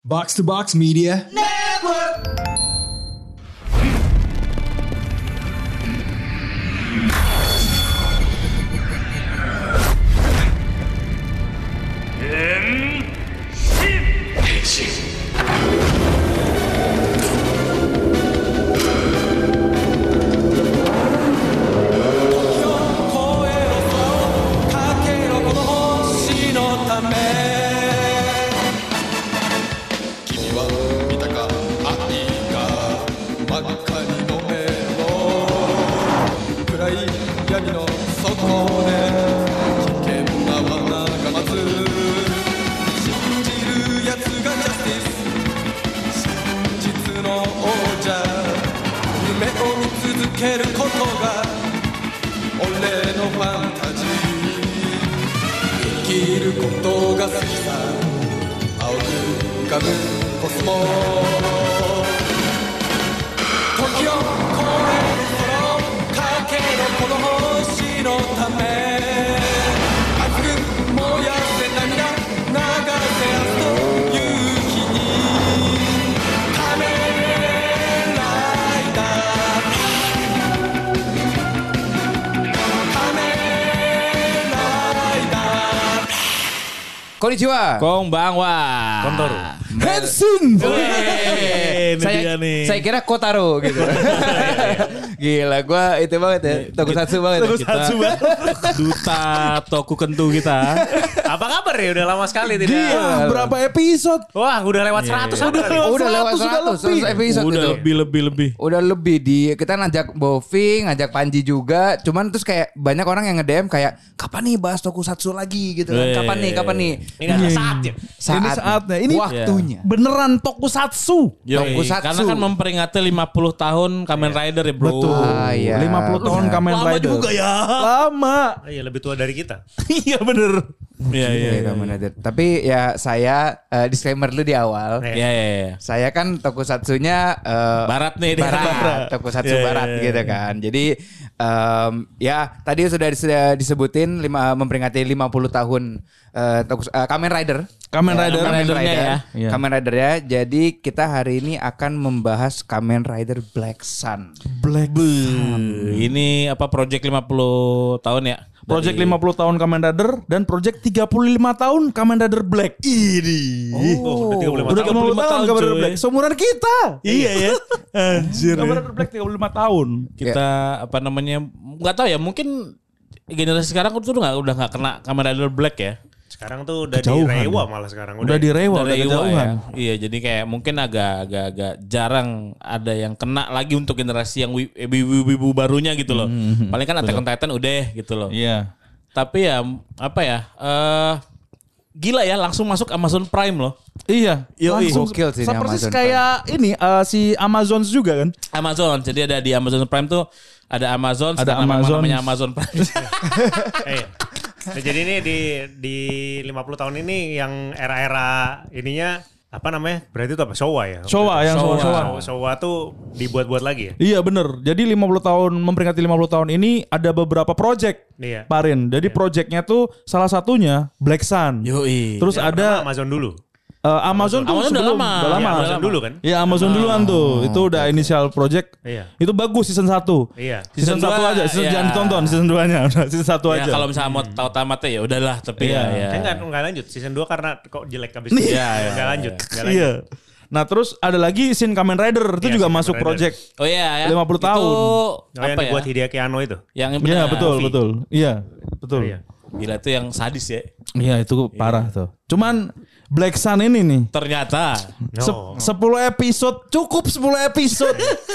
Box to Box Media Network. Konnichiwa. Konbanwa. Kontoru. Henshin. Saya kira Kotaro gitu. Gila, gue itu banget ya. Tokusatsu banget. Tokusatsu banget. Duta Toku Kentu kita. Apa kabar ya? Udah lama sekali tidak. Gila. Berapa episode? Wah, udah lewat 100. Udah lewat 100 episode. Udah lebih. Udah lebih kita ngajak Bovi, ngajak Panji juga. Cuman terus kayak banyak orang yang nge-DM kayak kapan nih bahas Tokusatsu lagi gitu kan. Kapan nih? Ini adalah saatnya. Ini saatnya. Ini waktunya. Beneran Tokusatsu. Tokusatsu. Karena kan memperingati 50 tahun Kamen Rider ya bro. Betul. Iya. 50 tahun Kamen Lama Rider. juga ya. Lama. Iya, lebih tua dari kita. Iya bener. Iya. Kamen Rider. Tapi ya saya disclaimer dulu di awal. Iya. Saya kan Tokusatsunya Barat nih dia. Barat. Tokusatsu Barat gitu kan. Jadi ya tadi sudah disebutin memperingati 50 tahun Kamen Rider. Kamen Rider. Iya. Kamen Rider ya. Jadi kita hari ini akan membahas Kamen Rider Black Sun. Black Ini apa project 50 tahun ya? Project 50 tahun Kamen Rider dan project 35 tahun Kamen Rider Black. Ini. Oh, Udah 35 50 tahun tahun, Kamen Rider cuy. Black. Seumuran kita. Iya ya. Anjir. Kamen Rider Black 35 tahun. Kita apa namanya? Enggak tahu ya, mungkin generasi sekarang tuh udah nggak kena Kamen Rider Black ya. Sekarang tuh udah Kejauhan. di Rewa malah sekarang. Udah di Rewa, udah Dari kejauhan. ya. Iya, jadi kayak mungkin agak jarang ada yang kena lagi untuk generasi yang wibu barunya gitu loh. Paling kan Attack on Titan udah gitu loh. Iya. Tapi ya apa ya? Gila ya, langsung masuk Amazon Prime loh. Iya. Langsung Gokil sih ini seperti Amazon kayak ini si Amazon juga kan. Amazon. Jadi ada di Amazon Prime tuh ada Amazon, Ada karena memang Amazon. namanya Amazon Prime. Nah, jadi ini di 50 tahun ini yang era-era ininya apa namanya? Berarti itu apa? Showa ya? Showa yang Showa. Showa tuh dibuat-buat lagi ya? Iya bener. Jadi 50 tahun memperingati 50 tahun ini ada beberapa project. Iya. Parin. Jadi projectnya tuh salah satunya Black Sun. Yoi. Terus Yang ada pertama Amazon dulu. Amazon tuh Amazon udah sebelum, lama. udah lama. Ya, Amazon dulu kan? Ya Amazon duluan tuh. Itu udah inisial project. Iya. Itu bagus season 1. Iya. Season 1 dua, aja, ya. jangan ditonton season 2-nya. Udah season 1 Ya, aja. kalau misalnya mau tahu tamatnya ya udahlah, tapi Iya. ya. Saya nggak lanjut season 2 karena kok jelek abis itu. Iya, iya, Nggak lanjut. Iya. Nah, terus ada lagi Shin Kamen Rider itu Iya, juga Shin masuk Kamen Rider. project. Oh iya ya. 50 tahun. Itu Oh, yang apa ya? dibuat Hideaki Anno itu. Yang Iya, betul, Movie. betul. Iya, betul. Iya. Gila itu yang sadis ya. Iya, itu parah tuh. Cuman Black Sun ini nih Ternyata. No. 10 episode, cukup 10 episode.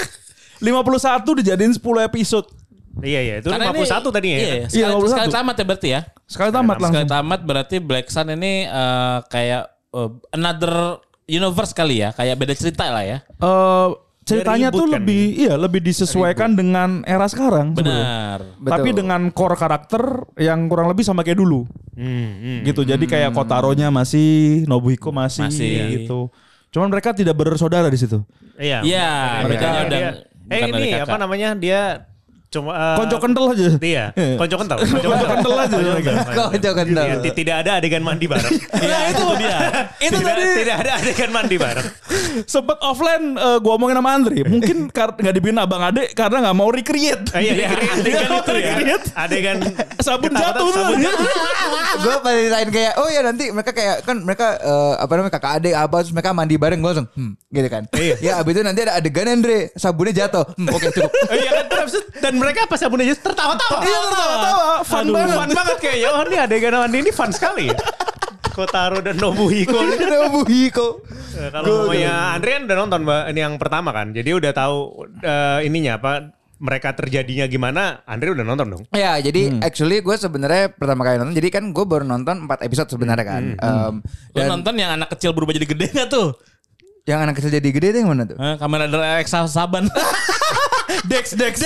51 dijadiin 10 episode. Iya, itu Karena 51 tadi ya. Iya, Kan? Iya, sekali 51. tamat ya berarti ya. Sekali tamat Sekali langsung. tamat berarti Black Sun ini kayak another universe kali ya, kayak beda cerita lah ya. Ceritanya tuh Ribut kan? lebih disesuaikan dengan era sekarang sebenarnya. Benar. Tapi dengan core karakter yang kurang lebih sama kayak dulu. Gitu. Jadi kayak Kotaro-nya masih, Nobuhiko masih, Masih. gitu. Cuman mereka tidak bersaudara di situ. Iya. Iya, Makanya bedanya udah dia, bukan ini dari kakak. apa namanya? Dia Konco kental aja. Iya, konco kental. Konco kental aja. Konco kental. Iya, tidak ada adegan mandi bareng. Iya itu dia. Itu tadi Tidak ada adegan mandi bareng. sempet offline gue omongin sama Andre. Mungkin nggak dibikin abang ade karena nggak mau recreate. Iya, adegan itu ya. Adegan Sabun jatuh tuh. Gue paling lain kayak oh ya nanti mereka kayak kan mereka apa namanya kakak adik apa terus mereka mandi bareng gue langsung gitu kan. Ya abis itu nanti ada adegan Andre sabunnya jatuh. Oke cukup. Iya kan dan mereka pas sabunnya just tertawa-tawa. Iya tertawa-tawa. Fun banget. Fun banget kayaknya. Oh ini adegan mandi ini fun sekali ya. Kotaro dan Nobuhiko. Nobuhiko. Kalau mamanya Andre kan udah nonton Mbak ini yang pertama kan. Jadi udah tahu ininya apa mereka terjadinya gimana. Andre udah nonton dong. Ya jadi actually gue sebenarnya pertama kali nonton. Jadi kan gue baru nonton 4 episode sebenarnya kan. Lu nonton yang anak kecil berubah jadi gede gak tuh? Yang anak kecil jadi gede itu yang mana tuh? Kamera dari Alexa Saban. Dex. Enggak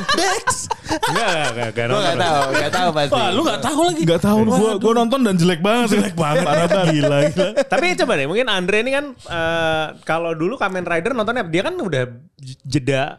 Gak tahu pasti. Wah lu gak tahu lagi. Gak tahu gue nonton dan jelek banget. Parah banget. Gila. Tapi coba deh mungkin Andre ini kan kalau dulu Kamen Rider nontonnya dia kan udah jeda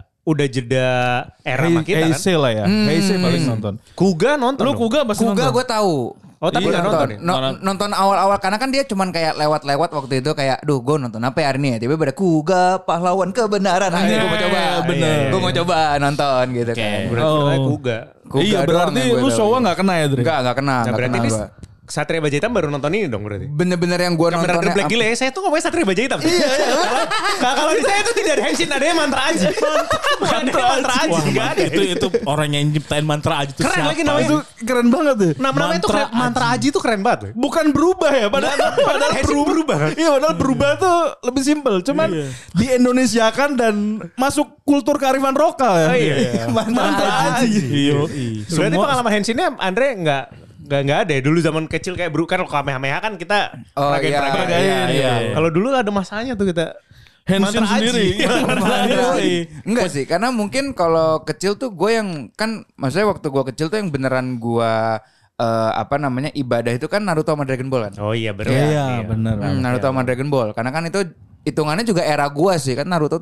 era sama kita kan. Heisei lah ya. Heisei paling nonton. Kuga nonton. Lu dong. Kuga pasti Kuga nonton. gue tahu. Oh tapi Iya, nggak nonton ya? nonton awal-awal karena kan dia cuman kayak lewat-lewat waktu itu kayak duh gue nonton apa ya hari ini ya tiba-tiba ada Kuga pahlawan kebenaran gue mau coba bener. gue mau coba nonton gitu kan Berarti namanya Kuga. Iya berarti lu Showa gak kena ya Dre? Enggak kena Nah nggak berarti kena ini gua. Satria Baja Hitam baru nonton ini dong berarti. Bener-bener yang gue Kamen Rider nontonnya Black gila ya, saya tuh ngomongnya Satria Baja Hitam. Iya. Kalau di saya itu tidak ada Henshin, adanya mantra aja. Mantra aja. Wah, Enggak ada. itu orang yang nyiptain mantra aja tuh Keren siapa? lagi namanya. Itu keren banget tuh. Namanya itu keren, mantra aji itu keren banget. Bukan berubah ya, padahal berubah kan? Iya, padahal berubah tuh lebih simpel. Cuman di Indonesia kan dan masuk kultur kearifan lokal ya. Iya. Mantra aji. Iya. Berarti pengalaman Henshinnya Andre nggak ada ya dulu zaman kecil kayak kan Kamehameha kan kita peragain. Iya. Kalau dulu ada masanya tuh kita Henshin mantra aji. sendiri. Enggak sih karena mungkin kalau kecil tuh gue yang kan maksudnya waktu gue kecil tuh yang beneran gue apa namanya ibadah itu kan Naruto sama Dragon Ball kan. Oh iya benar. Iya, benar. Naruto sama Dragon Ball karena kan itu hitungannya juga era gua sih kan Naruto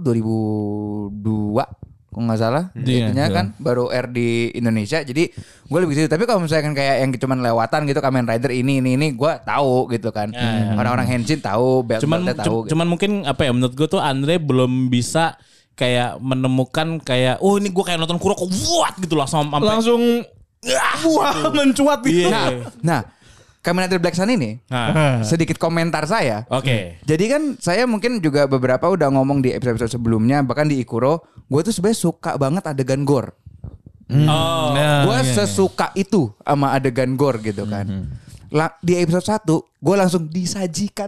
2002 kalau nggak salah itunya kan baru air di Indonesia jadi gue lebih gitu tapi kalau misalkan kayak yang cuman lewatan gitu Kamen Rider ini gue tahu gitu kan orang-orang Henshin tahu beltnya tahu cuman mungkin apa ya menurut gue tuh Andre belum bisa kayak menemukan kayak oh ini gue kayak nonton Kuroko buat gitu langsung Wah, mencuat gitu. nah Kamen Rider Black Sun ini sedikit komentar saya. Oke. Jadi kan saya mungkin juga beberapa udah ngomong di episode sebelumnya bahkan di Ikuro, gue tuh sebenarnya suka banget adegan gore. Gue sesuka itu sama adegan gore gitu kan. Di episode 1 gue langsung disajikan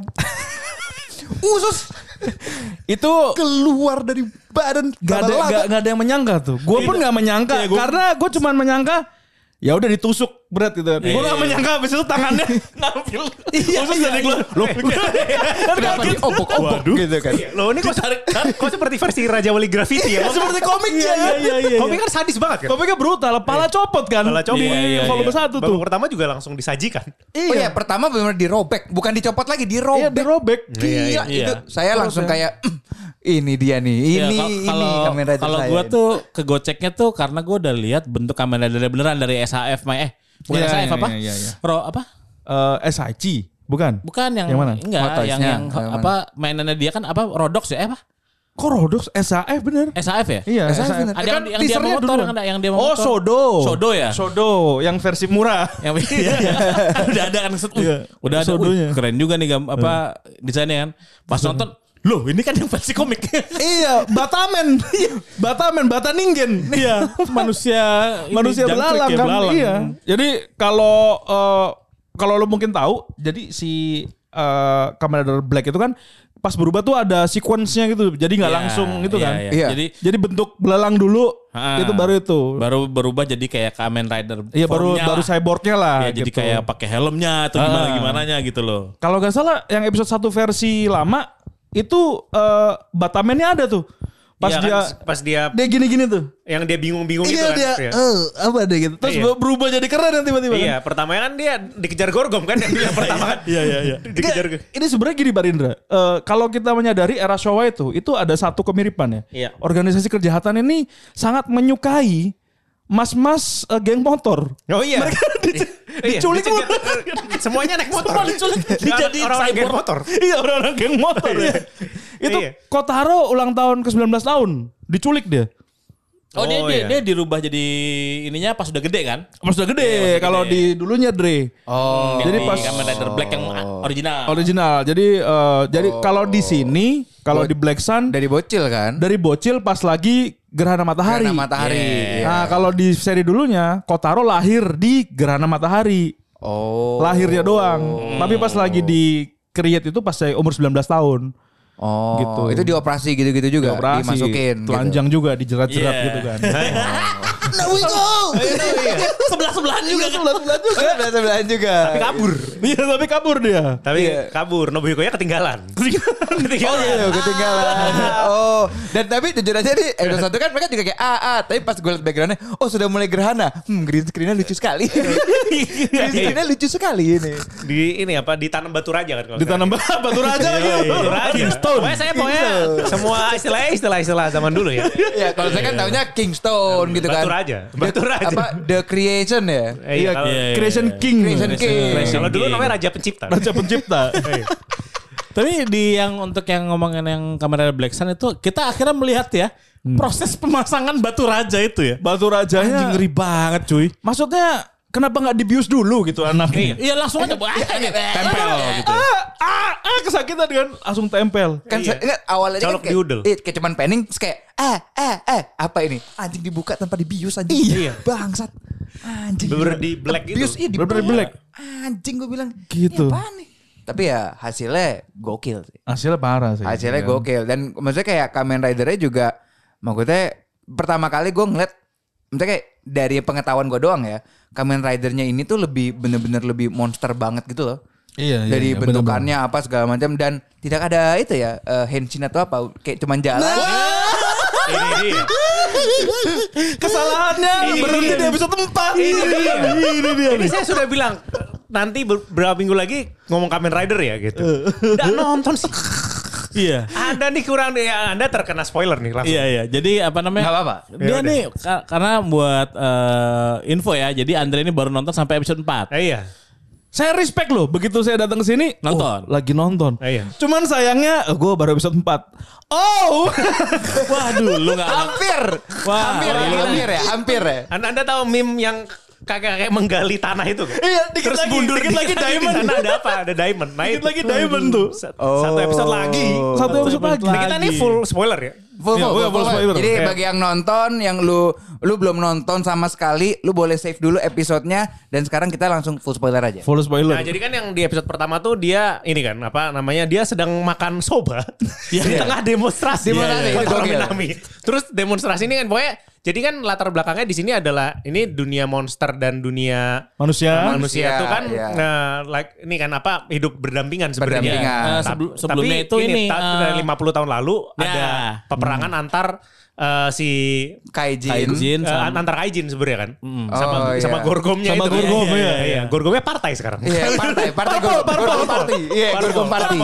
usus itu keluar dari badan. Gak ada yang menyangka tuh. Gue pun gak menyangka karena gue cuman menyangka ya udah ditusuk berat gitu kan. Gue gak menyangka habis itu tangannya ngambil usus dari keluar. Loh, Kenapa diobok-obok gitu kan. Loh ini kok seperti versi Raja Wali Graffiti ya. seperti komiknya kan. Komik kan sadis banget kan. Komiknya brutal, pala copot kan. Kepala copot. Di volume 1 tuh. Babak pertama juga langsung disajikan. Oh iya pertama benar dirobek bukan dicopot lagi dirobek. Iya, dirobek. Gila itu saya langsung kayak ini dia nih ini Kamen Rider kalau saya. gue tuh kegoceknya tuh karena gue udah lihat bentuk Kamen Rider beneran dari SHF bukan SHF apa? Ro apa? SIG bukan? Bukan yang mana? Enggak, yang apa mainannya dia kan apa Rodox ya apa? Kok Rodox SAF bener? SHF ya? Iya, SAF bener. Ada yang dia mau motor, yang dia mau motor. Sodo. Sodo ya? Sodo yang versi murah. Yang udah ada kan udah ada. Keren juga nih apa desainnya kan. Pas nonton loh ini kan yang versi komik. Iya, Batamen. Bataningen. Iya, manusia belalang kan. Iya. Jadi kalau lo mungkin tahu, jadi si Kamen Rider Black itu kan pas berubah tuh ada sequence-nya gitu. Jadi nggak langsung gitu kan. Iya. Jadi bentuk belalang dulu itu baru itu. Baru berubah jadi kayak Kamen Rider. Iya, baru cyborgnya lah ya, gitu. jadi kayak pakai helmnya atau gimana gitu loh. Kalau nggak salah yang episode 1 versi lama itu Batamennya ada tuh. Pas dia gini-gini tuh. Yang dia bingung-bingung gitu kan. Iya, apa deh gitu. Terus berubah jadi keren kan tiba-tiba. Iya, pertama kan dia dikejar Gorgom kan yang pertama kan. Iya. Dikejar. Ini sebenarnya gini Barindra. Kalau kita menyadari era Showa itu ada satu kemiripan ya. Iya. Organisasi kejahatan ini sangat menyukai mas-mas geng motor. Oh iya. Mereka diculik semuanya naik motor. Semua diculik. Dijadiin orang geng motor. Iya, orang-orang geng motor. Itu Iya. Kotaro ulang tahun ke-19 tahun. Diculik dia. Oh, iya. dia dirubah jadi ininya pas udah gede kan? Pas udah gede. Kalau di dulunya Dre. Oh. Jadi Di pas Kamen Rider Black yang original. original. Jadi kalau di sini, kalau di Black Sun Dari bocil kan? dari bocil pas lagi gerhana matahari. Gerhana matahari. Iya. Nah, kalau di seri dulunya Kotaro lahir di gerhana matahari. Oh. Lahirnya doang. Tapi pas lagi di create itu pas saya umur 19 tahun. Oh. Gitu. Itu dioperasi gitu-gitu juga. Operasi, Dimasukin. telanjang juga dijerat-jerat Iya. gitu kan. Now we go. Sebelah-sebelahan juga kan? Sebelah juga. Tapi kabur. Iya, tapi kabur dia. Tapi kabur. Nobuhiko-nya ketinggalan. Oh, ketinggalan. Oh, dan tapi jujur aja nih episode 1 kan mereka juga kayak tapi pas gue liat backgroundnya, oh sudah mulai gerhana. Green screen-nya lucu sekali. Green screen-nya lucu sekali ini. Ditanam batu raja kan kalau Ditanam batu raja lagi. batu raja. Pokoknya semua istilah zaman dulu ya. Ya, kalau saya kan taunya Kingstone gitu kan. Batu raja. Apa The Creation ya? Iya, kalau- Creation King. Creation King. Kalau dulu namanya Raja Pencipta. Raja pencipta. Tapi untuk yang ngomongin yang Kamen Rider Black Sun itu kita akhirnya melihat ya proses pemasangan batu raja itu ya. Batu rajanya Anjing ngeri banget cuy. maksudnya kenapa nggak dibius dulu gitu anaknya? Iya langsung aja tempel gitu. Kesakitan kan langsung tempel. Kan enggak awalnya Colok kan diudel. kayak cuman penning terus kayak apa ini? Anjing dibuka tanpa dibius anjing. Iya. Bangsat. Anjing. Bener di black gitu. Bius di Bener-bener black. Anjing gue bilang. Gitu. Ini apaan nih? Tapi ya hasilnya gokil sih. Hasilnya parah sih. Hasilnya gokil. Dan maksudnya kayak Kamen Rider-nya juga maksudnya pertama kali gue ngeliat maksudnya kayak dari pengetahuan gue doang ya, Kamen Rider-nya ini tuh lebih bener-bener lebih monster banget gitu loh. Iya, Dari iya, bentukannya apa segala macam dan tidak ada itu ya henshin atau apa kayak cuman jalan. Ini dia. Kesalahannya berhenti di episode 4. Ini dia. Ini dia. Ini saya sudah bilang nanti beberapa minggu lagi ngomong Kamen Rider ya gitu. Nggak nonton sih. Iya. Anda nih kurang ya, Anda terkena spoiler nih langsung. Iya. Jadi apa namanya? Nggak apa-apa. Dia nih karena buat info ya. Jadi Andre ini baru nonton sampai episode 4. Iya. Saya respect loh, begitu saya datang ke sini Nonton. lagi nonton. Iya. Cuman sayangnya gue baru episode 4. Oh. Waduh, lu enggak Hampir. Wah, Hampir ya. Anda tahu meme yang kakek menggali tanah itu kan? Iya, dikit Terus lagi, mundur dikit lagi diamond. Di sana ada apa? Ada diamond. Nah, Dikit itu. lagi diamond tuh. Satu episode lagi. Satu episode lagi. Nah, kita nih full spoiler ya. Full spoiler. Jadi bagi yang nonton, yang lu belum nonton sama sekali, lu boleh save dulu episodenya dan sekarang kita langsung full spoiler aja. Full spoiler. Nah, jadi kan yang di episode pertama tuh dia ini kan apa namanya? Dia sedang makan soba di tengah demonstrasi. Demonstrasi, itu Kontra gokil. Minami. Terus demonstrasi ini kan pokoknya jadi kan latar belakangnya di sini adalah ini dunia monster dan dunia Manusia. Manusia, itu kan iya. like ini kan apa hidup berdampingan sebenarnya. Berdampingan. Sebelumnya itu ini, dari 50 tahun lalu ya. ada peperangan antar si Kaijin sama antar Kaijin sebenarnya kan. Oh, Sama iya. Gorgomnya Sama itu. Gorgom, Iya, iya. iya. Gorgomnya partai sekarang. Iya, partai Gorgon Party. Iya, Gorgon Party.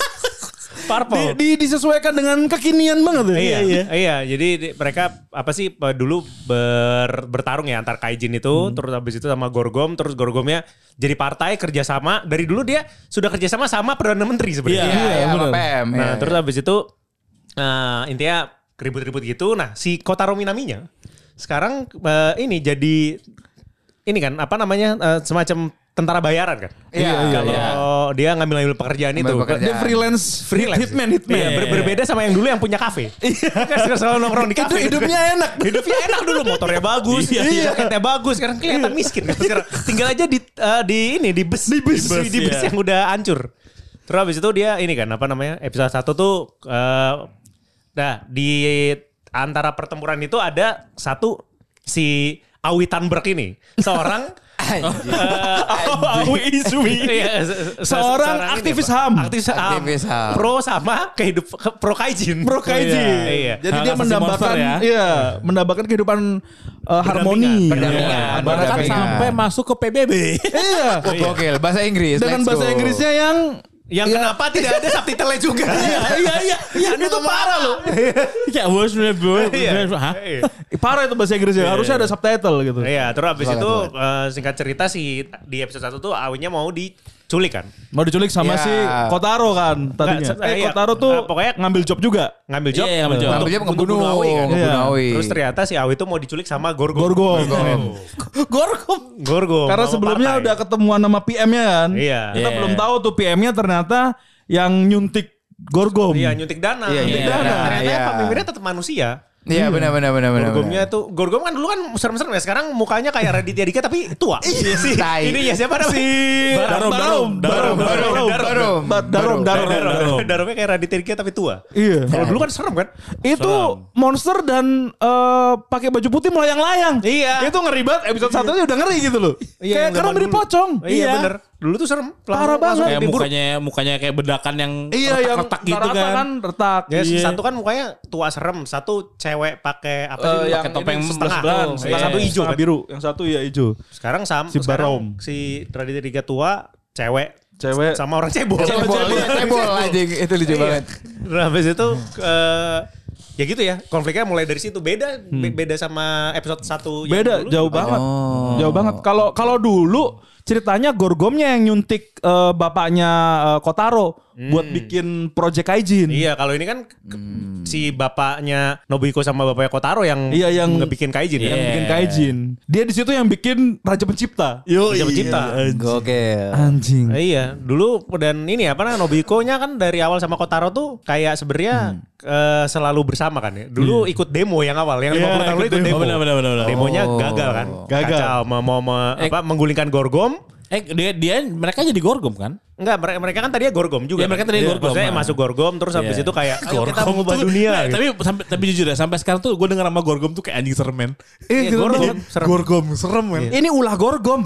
Parpol. Disesuaikan dengan kekinian banget ya. Iya, jadi mereka apa sih dulu bertarung ya antar Kaijin itu, terus habis itu sama Gorgom, terus Gorgomnya jadi partai kerjasama. Dari dulu dia sudah kerjasama sama Perdana Menteri sebenarnya. Iya, sama bener. PM. Nah, iya. terus habis itu intinya ribut-ribut gitu. Nah, si Kotaro Minaminya sekarang ini jadi ini kan apa namanya semacam tentara bayaran kan. Iya, Kalau dia ngambil pekerjaan itu. Ngambil pekerjaan. Dia freelance hitman. Iya, berbeda sama yang dulu yang punya kafe. Kan selalu nongkrong di kafe. Hidupnya enak. Hidupnya enak dulu, motornya bagus, jaketnya bagus. Sekarang kelihatan miskin. Sekarang tinggal aja di bus yang udah hancur. Terus habis itu dia ini kan apa namanya? Episode 1 tuh di antara pertempuran itu ada satu si Aoi Tanberg ini, seorang Seorang aktivis HAM. Aktivis HAM. Pro sama pro Kaijin. Pro Kaijin. Iya. Jadi dia Hak asasi mendambakan monster ya. iya, mendambakan kehidupan harmoni. Pendampingan. bahkan Pendampingan. sampai masuk ke PBB. Iya. Gokil, bahasa Inggris. Dengan let's bahasa go. Inggrisnya yang Yang kenapa tidak ada subtitle juga. Iya. Itu parah loh. Ya bos hah? Parah itu bahasa Inggrisnya. Harusnya ada subtitle gitu. Iya, terus habis itu singkat cerita sih di episode 1 tuh Awinya mau diculik kan. Mau diculik sama si Kotaro kan tadinya. Kotaro tuh pokoknya ngambil job juga. Ngambil job. Iya, ngambil job. Ngambil job Untuk bunuh Awi kan. Ngebunuh Awi. Terus ternyata si Awi tuh mau diculik sama Gorgom. Karena sebelumnya udah ketemuan sama PM-nya kan. Iya. Kita belum tahu tuh PM-nya ternyata yang nyuntik Gorgom. Iya, nyuntik dana. Nyuntik dana. Ternyata pemimpinnya tetap manusia. Iya benar. Gorgom kan dulu kan serem-serem ya. Sekarang mukanya kayak Raditya Dika tapi tua. Iya sih. Ini ya siapa namanya? Darumnya kayak Raditya Dika tapi tua. Iya. Kalau dulu kan serem kan? Itu monster dan pakai baju putih melayang-layang. Iya. Itu ngeri banget. Episode 1 aja udah ngeri gitu loh. Kayak karena mirip pocong. Iya bener. Dulu tuh serem. Parah banget. Kayak mukanya kayak bedakan yang yang retak gitu rata-rata kan. retak. Ya, satu kan mukanya tua serem, satu cewek pakai apa sih? Pakai topeng setengah. setengah. Satu hijau kan? Biru, yang satu ya hijau. Sekarang Si Barom. si Raditya Dika tua, cewek sama orang cebol. Cebol anjing itu lucu banget. Nah, habis itu ya gitu ya. Konfliknya mulai dari situ. Beda sama episode 1 Beda, jauh banget. Jauh banget. Kalau dulu ceritanya Gorgomnya yang nyuntik bapaknya Kotaro buat bikin project Kaijin. Iya, kalau ini kan si bapaknya Nobuhiko sama bapaknya Kotaro yang ngebikin Kaijin kan. Yang bikin Kaijin. Dia di situ yang bikin Raja Pencipta. Raja Pencipta. Gokil. Anjing. Iya, dulu dan ini apa namanya Nobuhiko-nya kan dari awal sama Kotaro tuh kayak sebenarnya selalu bersama kan ya. Dulu ikut demo yang awal, yang 50 tahun lalu ikut demo. Benar. Demonya gagal kan. Kacau, mau menggulingkan Gorgom. Mereka jadi Gorgom kan? Enggak, mereka kan tadinya Gorgom juga. Ya, mereka tadinya Gorgom. Maksudnya masuk Gorgom terus habis itu kayak ayo kita mengubah dunia. Gitu. Tapi jujur ya sampai sekarang tuh gue denger sama Gorgom tuh kayak anjing serem men. Gorgom serem men. Ini ulah Gorgom.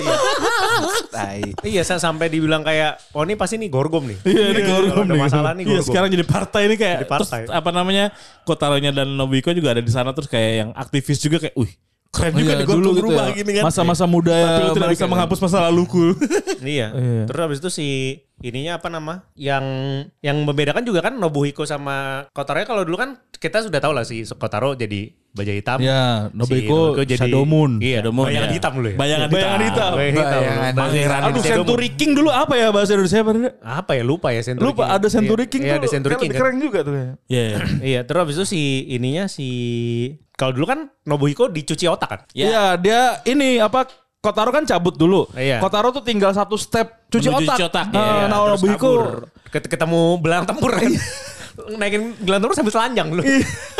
Iya, sampai dibilang kayak oh ini pasti nih Gorgom nih. Iya, ini Gorgom nih. Ada masalah nih Gorgom. Iya, sekarang jadi partai ini kayak terus apa namanya? Kotaronya dan Nobuhiko juga ada di sana terus kayak yang aktivis juga kayak keren juga nih Gorgom berubah gitu gini kan. Masa-masa muda ya. Tapi lu tidak bisa menghapus masa laluku. Iya. Terus habis itu si ininya apa nama? Yang membedakan juga kan Nobuhiko sama Kotaro. Kalau dulu kan kita sudah tahu lah si Kotaro jadi baja hitam. Ya, Nobuhiko jadi Shadow Moon. Iya, bayangan hitam dulu ya. Bayangan hitam. Aduh, Century King dulu apa ya bahasa Indonesia? Apa ya? Lupa ya Century King. Lupa ada Century King tuh. Iya, ada Century King. Keren juga tuh ya. Iya, terus habis itu kalau dulu kan Nobuhiko dicuci otak kan? Iya, dia ini apa Kotaro kan cabut dulu. Iya. Kotaro tuh tinggal satu step cuci otak. Nah, Nobuhiko ketemu belang tempur kan. Naikin belang tempur sambil telanjang dulu.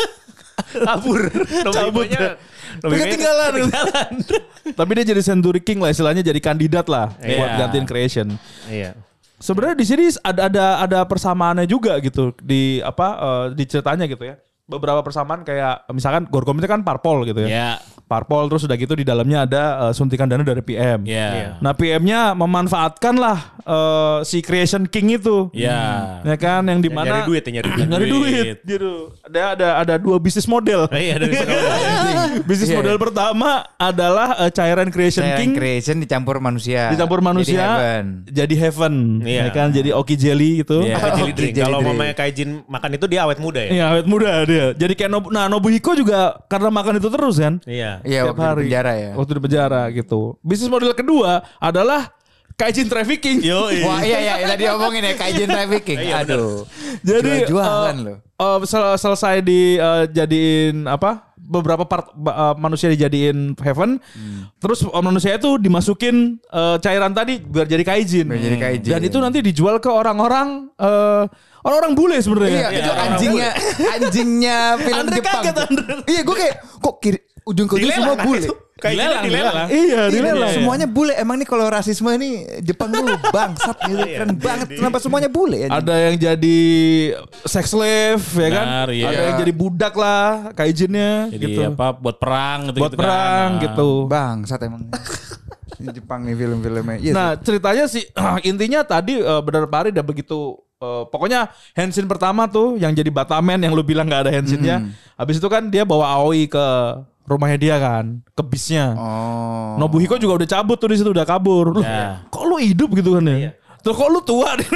kabur. Nobuhiko-nya ketinggalan. Tapi dia jadi Century King lah istilahnya, jadi kandidat lah buat gantiin Creation. Iya. Sebenarnya di sini ada persamaannya juga gitu di di ceritanya gitu ya. Beberapa persamaan kayak misalkan Gorgom itu kan parpol gitu ya. Yeah. Parpol terus udah gitu di dalamnya ada suntikan dana dari PM. Yeah. Nah PM-nya memanfaatkan lah si Creation King itu. Yeah. Ya kan yang dimana nyari duit gitu. Ada dua bisnis model. Iya, ada bisnis model. Bisnis model pertama adalah cairan Creation King. Creation dicampur manusia. Jadi heaven. Iya. Ya kan jadi Oki Jelly gitu. Apa jelly drink. Kalau mamanya Kaijin makan itu dia awet muda ya. Iya, awet muda dia. Jadi kayak Nobuhiko juga karena makan itu terus kan. Iya. Iya, waktu di penjara ya. Waktu di penjara gitu. Bisnis model kedua adalah Kaijin trafficking. Wah iya tadi omongin ya Kaijin trafficking. Aduh. Jadi jualan loh. Selesai dijadiin beberapa part manusia dijadiin heaven. Terus manusia itu dimasukin cairan tadi biar jadi kaijin. Dan itu nanti dijual ke orang-orang bule sebenarnya. Iya, itu anjingnya film Andre Jepang. Kaget, Iya, gue kayak kok ujung ke ujung semua bule. Dilelang. Iya, dilelang. Semuanya bule. Emang nih kalau rasisme nih Jepang dulu bangsat gitu. Keren banget. Kenapa semuanya bule ya? Ada yang jadi sex slave ya kan? Iya. Ada yang jadi budak lah kaijinnya Jadi gitu. buat perang gitu. Buat perang gitu. Bangsat emang. Jepang nih film-filmnya. Yes. Nah ceritanya sih intinya tadi benar Pak Ari udah begitu. Pokoknya Henshin pertama tuh yang jadi Batman yang lu bilang gak ada Henshinnya. Habis itu kan dia bawa Aoi ke rumahnya dia kan, ke bisnya. Nobuhiko juga udah cabut tuh di situ, udah kabur. Kok lu hidup gitu kan ya? Tuh kok lu tua deh.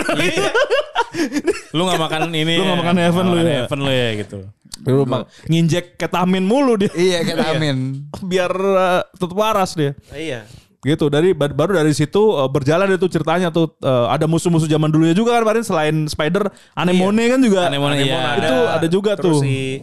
Lu gak makan ini. Lu gak makan heaven lu ya. Heaven lu ya gitu. Lu nginjek ketamin mulu dia. Iya ketamin. Biar tetap waras dia. Iya. Gitu baru dari situ berjalan itu ceritanya tuh ada musuh-musuh zaman dulunya juga kan kemarin selain Spider Anemone kan juga Anemone itu ada juga terus tuh si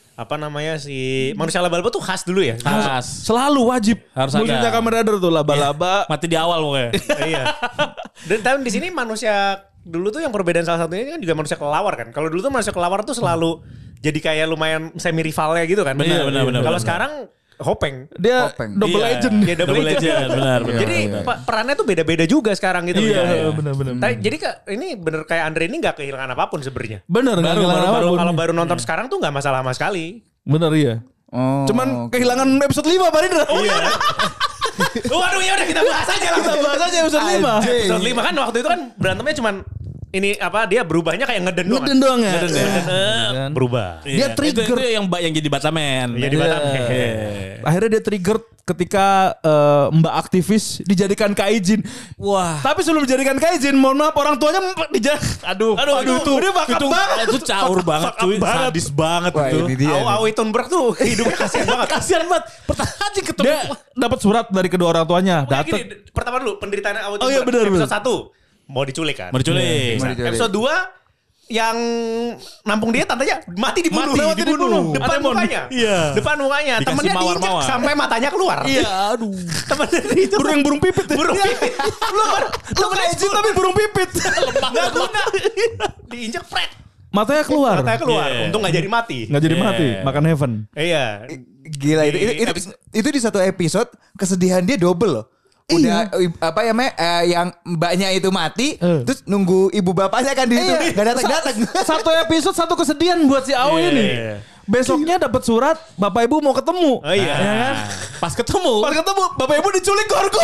si manusia laba-laba tuh khas dulu ya. Khas. selalu wajib Harus musuhnya ada. Kamen Rider tuh laba-laba Mati di awal pokoknya. Iya. Dan tahun di sini manusia dulu tuh yang perbedaan salah satunya kan juga manusia kelelawar kan. Kalau dulu tuh manusia kelelawar tuh selalu jadi kayak lumayan semi rivalnya gitu kan. Benar. Kalau sekarang Hopeng. dia Hopeng. double Iya. agent Dia double agent. Benar. Jadi perannya tuh beda-beda juga sekarang gitu. iya benar. Jadi ini bener kayak Andre ini nggak kehilangan apapun sebenarnya. Bener nggak kehilangan apapun. Kalau baru nonton sekarang tuh nggak masalah sama sekali. Bener iya. Oh. Cuman kehilangan episode 5 Pak Rindra. Iya. Waduh ya udah kita bahas aja lah. Kita bahas aja episode 5. Episode 5 kan waktu itu kan berantemnya cuman ini dia berubahnya kayak ngeden doang. Ngeden doang ya. Ngeden, berubah. Dia trigger. Itu yang jadi Batman. Jadi Batman. Akhirnya dia trigger ketika Mbak aktivis dijadikan kaijin. Wah. Tapi sebelum dijadikan kaijin, mohon maaf orang tuanya aduh itu dia bakat banget. Itu caur banget cuy. banget. Sadis banget Wah, itu. ini dia. Awi Thunberg tuh hidupnya kasihan banget. Kasihan banget. Pertanyaan ketemu. Dia dapat surat dari kedua orang tuanya. Pokoknya Datang. gini, pertama dulu penderitaan Awi Oh iya, Thunberg. benar, Episode 1 mau diculik kan. Mau diculik. Mau diculik. Episode 2 yang nampung dia tantenya mati dibunuh. Depan Anemon. mukanya. Iya. Depan mukanya. Dikasih Temennya diinjak mawar-mawar. sampai matanya keluar. Iya, aduh. Temennya itu Burung pipit. burung pipit. Lu kaijin tapi burung pipit. Nggak guna. Diinjak pret. Matanya keluar. Matanya keluar. Iya. Untung nggak jadi mati. Nggak jadi mati, makan heaven. Iya. Gila itu di satu episode kesedihan dia double loh. Udah apa ya yang mbaknya itu mati terus nunggu ibu bapaknya kan di situ enggak datang. Satu episode satu kesedihan buat si Aoi Iya. nih. Besoknya dapat surat bapak ibu mau ketemu. Oh iya. Ya kan? Pas ketemu. Pas ketemu bapak ibu diculik Gorgo.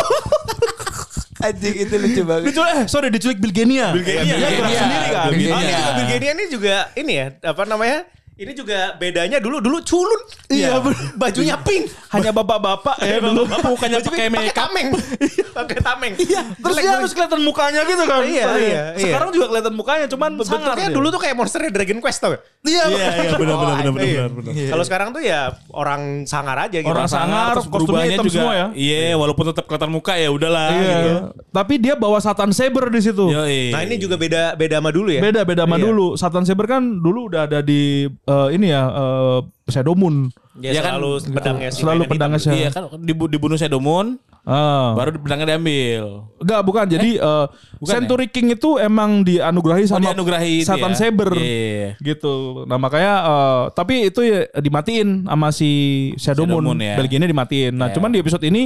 Anjing itu lucu banget. Diculik Bilgenia. Bilgenia. Dia gerak Bilgenia. sendiri kan. Bilgenia. Oh, ini juga Bilgenia ini juga ini ya apa namanya? Ini juga bedanya dulu culun. Iya, Bajunya pink. Hanya bapak-bapak ya dulu. Bukannya pakai makeup. tameng. Pakai tameng. Iya, terus dia harus kelihatan mukanya gitu kan. Iya. Sekarang juga kelihatan mukanya cuman sangar Bentuknya dia. dulu tuh kayak monsternya Dragon Quest tau gak? Iya, benar. Kalau sekarang tuh ya orang sangar aja gitu. Orang sangar, terus kostumnya berubahnya hitam juga. semua ya. Iya, walaupun tetap kelihatan muka ya udahlah. Iya. Gitu. Tapi dia bawa Satan Saber di situ. Yoi. Nah ini juga beda sama dulu ya. Beda sama Iya. dulu. Satan Saber kan dulu udah ada di ini ya Shadow Moon. Ya, Ya kan, selalu pedangnya si Selalu Medan pedangnya hitam. Iya kan dibunuh Shadow Moon, baru pedangnya diambil. Enggak, bukan. Jadi bukan Century King itu emang dianugerahi sama dianugerahi itu Satan ya? Saber. Iya. Gitu. Nah, makanya tapi itu ya dimatiin sama si Shadow Shadow Moon. Moon, ya. Belgianya dimatiin. Nah, Ya. cuman di episode ini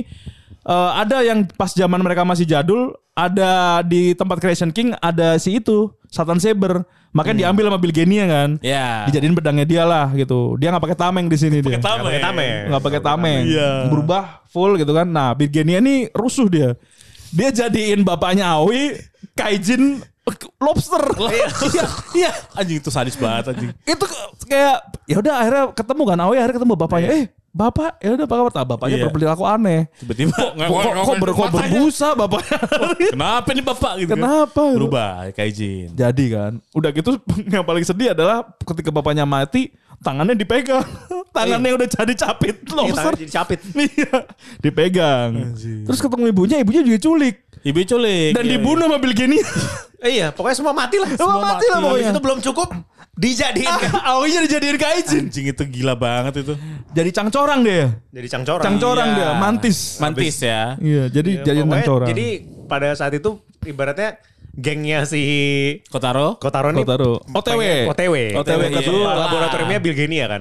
ada yang pas zaman mereka masih jadul, ada di tempat Creation King ada si itu Satan Saber. Makanya diambil sama Bilgenia kan. Ya. Dijadiin pedangnya dia lah gitu. Dia nggak pakai tameng di sini dia. Pakai tameng. Nggak pakai tameng. Iya. Berubah full gitu kan. Nah, Bilgenia ini rusuh dia. Dia jadiin bapaknya Aoi kaijin lobster. Iya. Anjing itu sadis banget anjing. Itu kayak ya udah akhirnya ketemu kan Aoi akhirnya ketemu bapaknya. Bapak ya udah bapaknya Iya. berperilaku aneh. Tiba-tiba Kok berbusa bapaknya. Kenapa nih bapak gitu? kan? Kenapa? Berubah kaijin. Jadi kan, udah gitu yang paling sedih adalah ketika bapaknya mati, tangannya dipegang. Tangannya udah jadi capit lobster. Tangannya jadi capit. Iya, dipegang. Terus ketemu ibunya juga diculik. Ibu culik. Dan Iya, dibunuh sama Bilgenia. Iya, pokoknya semua mati lah. Semua mati lah pokoknya. Itu belum cukup dijadiin kan. Aoinya dijadiin kaijin. Anjing itu gila banget itu. Jadi cangcorang dia. Jadi cangcorang. Cangcorang Iya. dia, mantis. Mantis ya. Iya, jadi Ya, jadi pokoknya cangcorang. Jadi pada saat itu ibaratnya gengnya si Kotaro. Kotaro ini Kotaro. OTW. OTW, Itu iya. laboratoriumnya Bilgenia kan.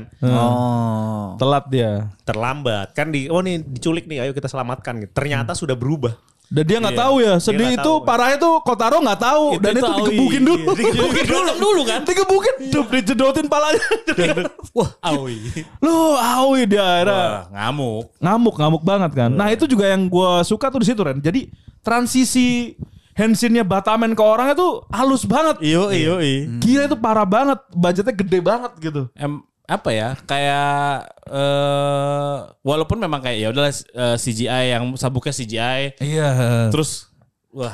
Oh. Telat dia. Terlambat kan nih diculik nih, ayo kita selamatkan gitu. Ternyata sudah berubah. Dan dia nggak Iya. tahu ya. Sedih nggak itu tahu. parahnya tuh Kotaro nggak tahu. Dan itu Aoi. digebukin dulu. Digebukin dulu kan. Digebukin. Dijedotin palanya. Wah, Aoi. Lu Aoi dia akhirnya. Wah, Ngamuk banget kan. Nah itu juga yang gue suka tuh di situ Ren. Jadi transisi Henshin-nya Batman ke orangnya tuh halus banget. Iyo. Gila itu parah banget. Budgetnya gede banget gitu. Apa ya? Kayak walaupun memang kayak ya udahlah CGI yang sabuknya CGI. Iya. Terus wah,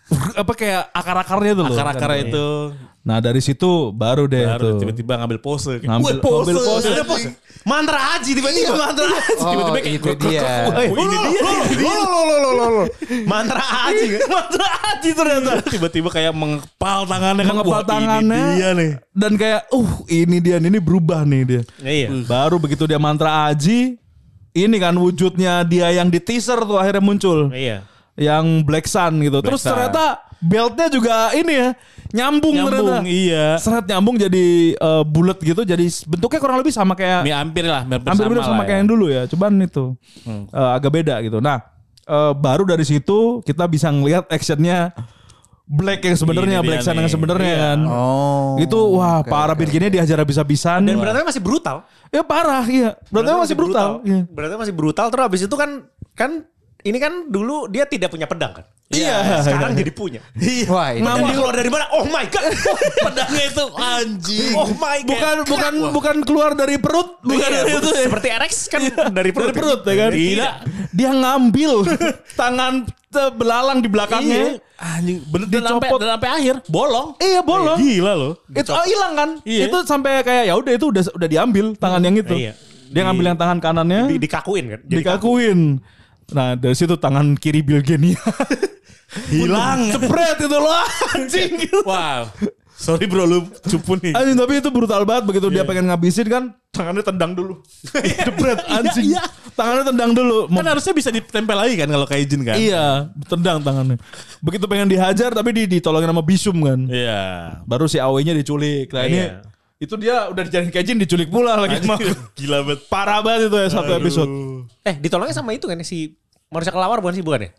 apa kayak akar-akarnya tuh loh. Akar-akar itu. Nah dari situ baru deh tuh. Tiba-tiba ngambil pose. Ngambil pose. Mantra haji tiba-tiba. Oh, Tiba-tiba kayak itu dia. ini dia. Mantra haji. Mantra haji ternyata. Tiba-tiba kayak mengepal tangannya kan. Mengepal Wah, tangannya. Ini dia nih. Dan kayak ini berubah nih dia. Iya. Baru begitu dia mantra haji, ini kan wujudnya dia yang di teaser tuh akhirnya muncul. Iya. Yang Black Sun gitu. Terus Sun. ternyata beltnya juga ini ya nyambung ternyata. Iya. Seret nyambung jadi bulat gitu. Jadi bentuknya kurang lebih sama kayak Hampir hampir sama kayak yang dulu ya. Cuman itu agak beda gitu. Nah baru dari situ kita bisa ngelihat actionnya Black yang sebenarnya, Ini Black dia Sun nih. yang sebenarnya Iya. kan. Itu wah parah bikinnya dihajar habis-habisan. Dan berantemnya masih brutal. Ya parah iya. Berantemnya masih brutal. Iya. Berantemnya masih brutal. Terus abis itu kan ini kan dulu dia tidak punya pedang kan. Iya. Sekarang jadi punya. Wah, ini Dia keluar dari mana? Oh my god. Pedangnya itu anjing. Oh my god. Bukan keluar dari perut, bukan Iya, dari itu ya. seperti RX kan dari perut. Dari perut ya kan. Tidak. Dia ngambil tangan belalang di belakangnya. Anjing. Bener Dicopot. dan sampai akhir bolong. Iya bolong. Gila loh. Itu hilang kan? Iya. Itu sampai kayak ya udah itu udah diambil tangan yang itu. Iya. Dia ngambil yang tangan kanannya, Dikakuin kan. Jadi dikakuin. Nah dari situ tangan kiri Bilgenia Hilang. Cepret itu loh anjing gitu. Wow. Sorry bro lu cupu nih. Anjing tapi itu brutal banget begitu dia pengen ngabisin kan tangannya tendang dulu. Cepret anjing. Tangannya tendang dulu. Kan harusnya bisa ditempel lagi kan kalau kaijin kan. Iya, tendang tangannya. Begitu pengen dihajar tapi ditolongin sama Bisum kan. Iya. Baru si Awe-nya diculik. Nah ini Iya. itu dia udah dijadiin kaijin diculik pula lagi. Gila banget. Parah banget itu ya satu episode. ditolongnya sama itu kan si manusia kelawar bukan ya?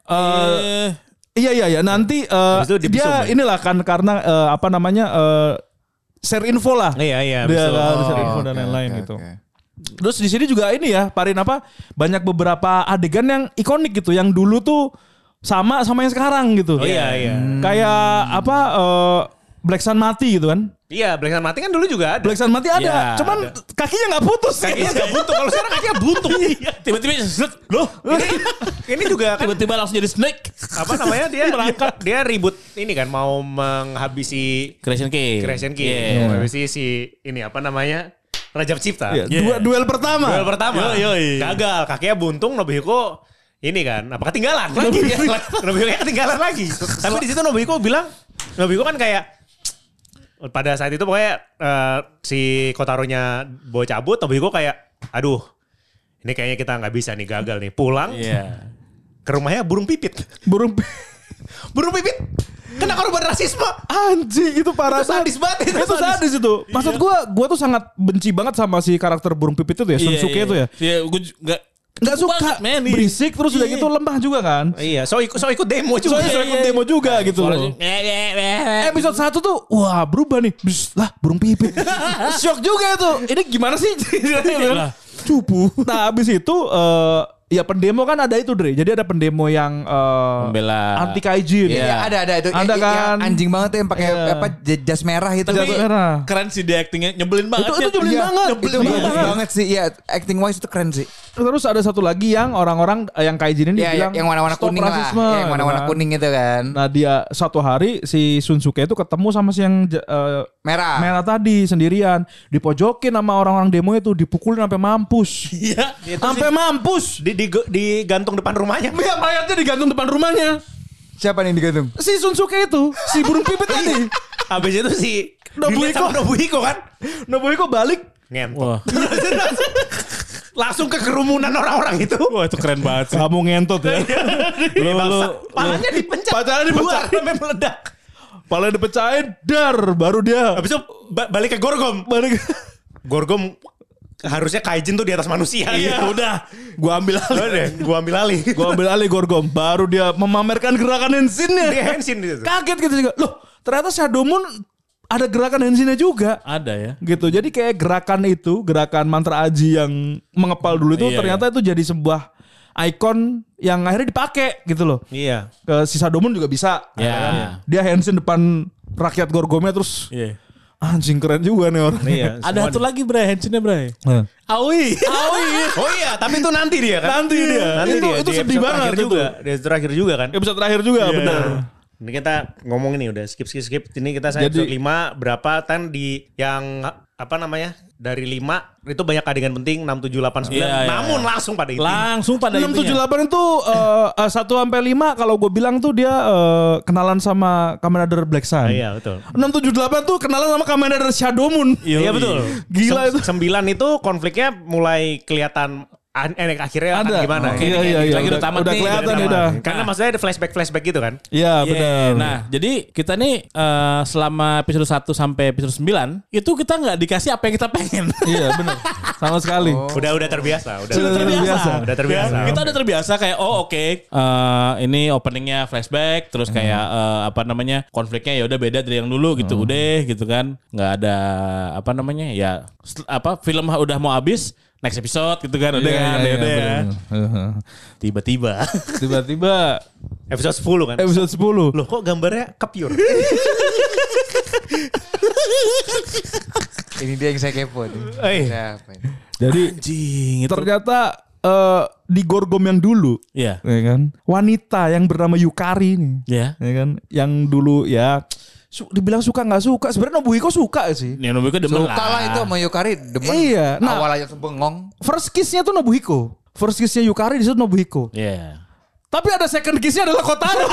Iya nanti Habis itu dibisum, dia ya? inilah kan karena share info lah. Iya, Dia betul. kan share info dan oke, lain-lain oke, gitu. oke. Terus di sini juga ini ya, Parin banyak beberapa adegan yang ikonik gitu, yang dulu tuh sama yang sekarang gitu. Oh iya. Kayak Black Sun mati gitu kan. Iya, Black Sun mati kan dulu juga ada. Black Sun mati ada, Iya, cuman kakinya nggak putus. Kakinya nggak buntung. Kalau sekarang kakinya buntung. Tiba-tiba loh. Ini juga kan Tiba-tiba langsung jadi snake. apa namanya dia ribut ini kan mau menghabisi Creation King. Creation King. Yeah. Menghabisi si ini apa namanya? Raja Cipta. Iya, Yeah. duel pertama. Duel pertama. Yoi. Gagal, kakinya buntung, Nobuhiko ini kan, apa ketinggalan lagi. Nobuhiko ketinggalan lagi. Tapi di situ Nobuhiko kan kayak pada saat itu pokoknya si Kotaronya bawa cabut, Nobuhiko kayak aduh, ini kayaknya kita nggak bisa nih, gagal nih. Pulang Iya. ke rumahnya burung pipit. Burung pipit kena korban rasisme. Anjing itu parah Itu sadis banget itu. Itu sadis itu. Maksud gua tuh sangat benci banget sama si karakter burung pipit itu ya, Sunsuke itu ya. Iya, gue Nggak suka, berisik terus udah gitu lemah juga kan. Iya, so ikut demo juga. Soalnya ikut demo juga gitu loh. Episode 1 tuh wah berubah nih. Lah burung pipit. Shock juga itu. Ini gimana sih? Cupu. Nah abis itu ya pendemo kan ada itu Dre. Jadi ada pendemo yang Membela. anti kaijin. Iya, ada itu. Ada Yang kan. anjing banget tuh yang pakai Iya. apa jas merah itu. Jas merah. Keren sih dia actingnya, nyebelin banget. Itu nyebelin banget. Itu bagus banget sih. Iya, acting wise itu keren sih. Terus ada satu lagi yang orang-orang yang kaijin ini Iya, bilang yang warna-warna stop kuning rasisme, lah. Yang warna-warna gitu kan. kuning itu kan. Nah dia suatu hari si Sunsuke itu ketemu sama si yang Merah. tadi sendirian, dipojokin sama orang-orang demo itu, dipukulin sampai mampus. Iya. Sampai mampus. Digantung depan rumahnya. Ya, mayatnya digantung depan rumahnya. Siapa nih yang digantung? Si Sunsuke itu, si burung pipit tadi. Habis itu si Nobuhiko. Nobuhiko kan Nobuhiko balik. ngentot. Wah. Langsung ke kerumunan orang-orang itu. Wah, itu keren banget sih. Kamu ngentot ya. Palanya dipencet. Palanya dipencet. Buar, sampai meledak. Pala dipecahin, dar, baru dia. Habis itu balik ke Gorgom. Gorgom harusnya kaijin tuh di atas manusia. Iya, udah. Gua ambil alih. Gua ambil alih. Gua ambil alih Gorgom. Baru dia memamerkan gerakan Henshin-nya. Dia Henshin gitu. Kaget gitu juga. Loh, ternyata Shadow Moon ada gerakan Henshin-nya juga. Ada ya. Gitu. Jadi kayak gerakan mantra aji yang mengepal dulu itu Iya, ternyata itu jadi sebuah ikon yang akhirnya dipakai gitu loh. Iya. Ke si Shadow Moon juga bisa. Iya. Dia Henshin depan rakyat Gorgomnya terus Iya. anjing keren juga nih orang. Iya. Ada satu lagi bre, Henshinnya bre. Aoi. Oh iya, tapi itu nanti dia kan. Nanti dia. Nanti Itu dia. Di sedih episode banget terakhir itu. juga. Di episode terakhir juga kan. Episode terakhir juga benar. Ini kita ngomong ini udah skip. Ini kita episode 5 berapa tan di yang apa namanya? Dari 5 itu banyak adegan penting 6, 7, 8, 9. Namun langsung pada itu. 6, 7, 8 itu 1 sampai 5 kalau gue bilang tuh dia kenalan sama Kamen Rider Black Sun. Iya betul. 6, 7, 8 tuh kenalan sama Kamen Rider Shadow Moon. Iya betul. Gila itu. 9 itu konfliknya mulai kelihatan akhirnya ada. gimana? Iya. Lagi udah tamat nih. Kelihatan udah. Karena maksudnya ada flashback gitu kan? Iya benar. Nah, jadi kita nih selama episode 1 sampai episode 9 itu kita nggak dikasih apa yang kita pengen. Iya benar. Sama sekali. Udah terbiasa. Udah terbiasa. Kita udah terbiasa kayak ini openingnya flashback terus kayak konfliknya ya udah beda dari yang dulu gitu udah gitu kan. Nggak ada film udah mau habis. Next episode gitu kan udah kan ya. Tiba-tiba episode 10 kan? Episode 10. Loh kok gambarnya kepure? Ini dia yang saya kepo nih. Siapa ini? Jadi ternyata di Gorgom yang dulu, ya kan, wanita yang bernama Yukari nih, ya kan, yang dulu ya dibilang suka nggak suka, sebenarnya Nobuhiko suka sih. Ya Nobuhiko demen suka lah itu sama Yukari demen. Iya. Nah, awal aja bengong. First kiss-nya tuh Nobuhiko. First kiss-nya Yukari di situ Nobuhiko. Iya. Tapi ada second kiss-nya adalah Kotaro.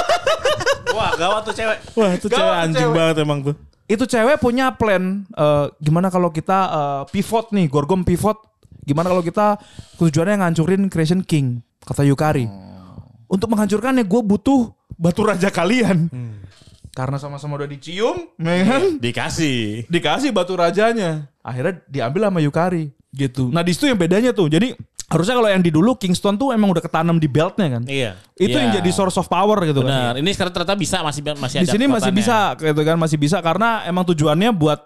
Wah gawat tuh cewek. Wah itu cewek anjing banget emang tuh. Itu cewek punya plan. Gimana kalau kita pivot nih, Gorgom pivot. Gimana kalau kita tujuannya ngancurin Creation King, kata Yukari. Untuk menghancurkannya gue butuh batu raja kalian. Karena sama-sama udah dicium, kan? Dikasih batu rajanya. Akhirnya diambil sama Yukari gitu. Nah di situ yang bedanya tuh. Jadi harusnya kalau yang di dulu Kingston tuh emang udah ketanam di beltnya kan. Iya. Itu yang jadi source of power gitu kan. Benar. Ini sekarang ternyata masih ada. Di sini masih bisa gitu kan, masih bisa karena emang tujuannya buat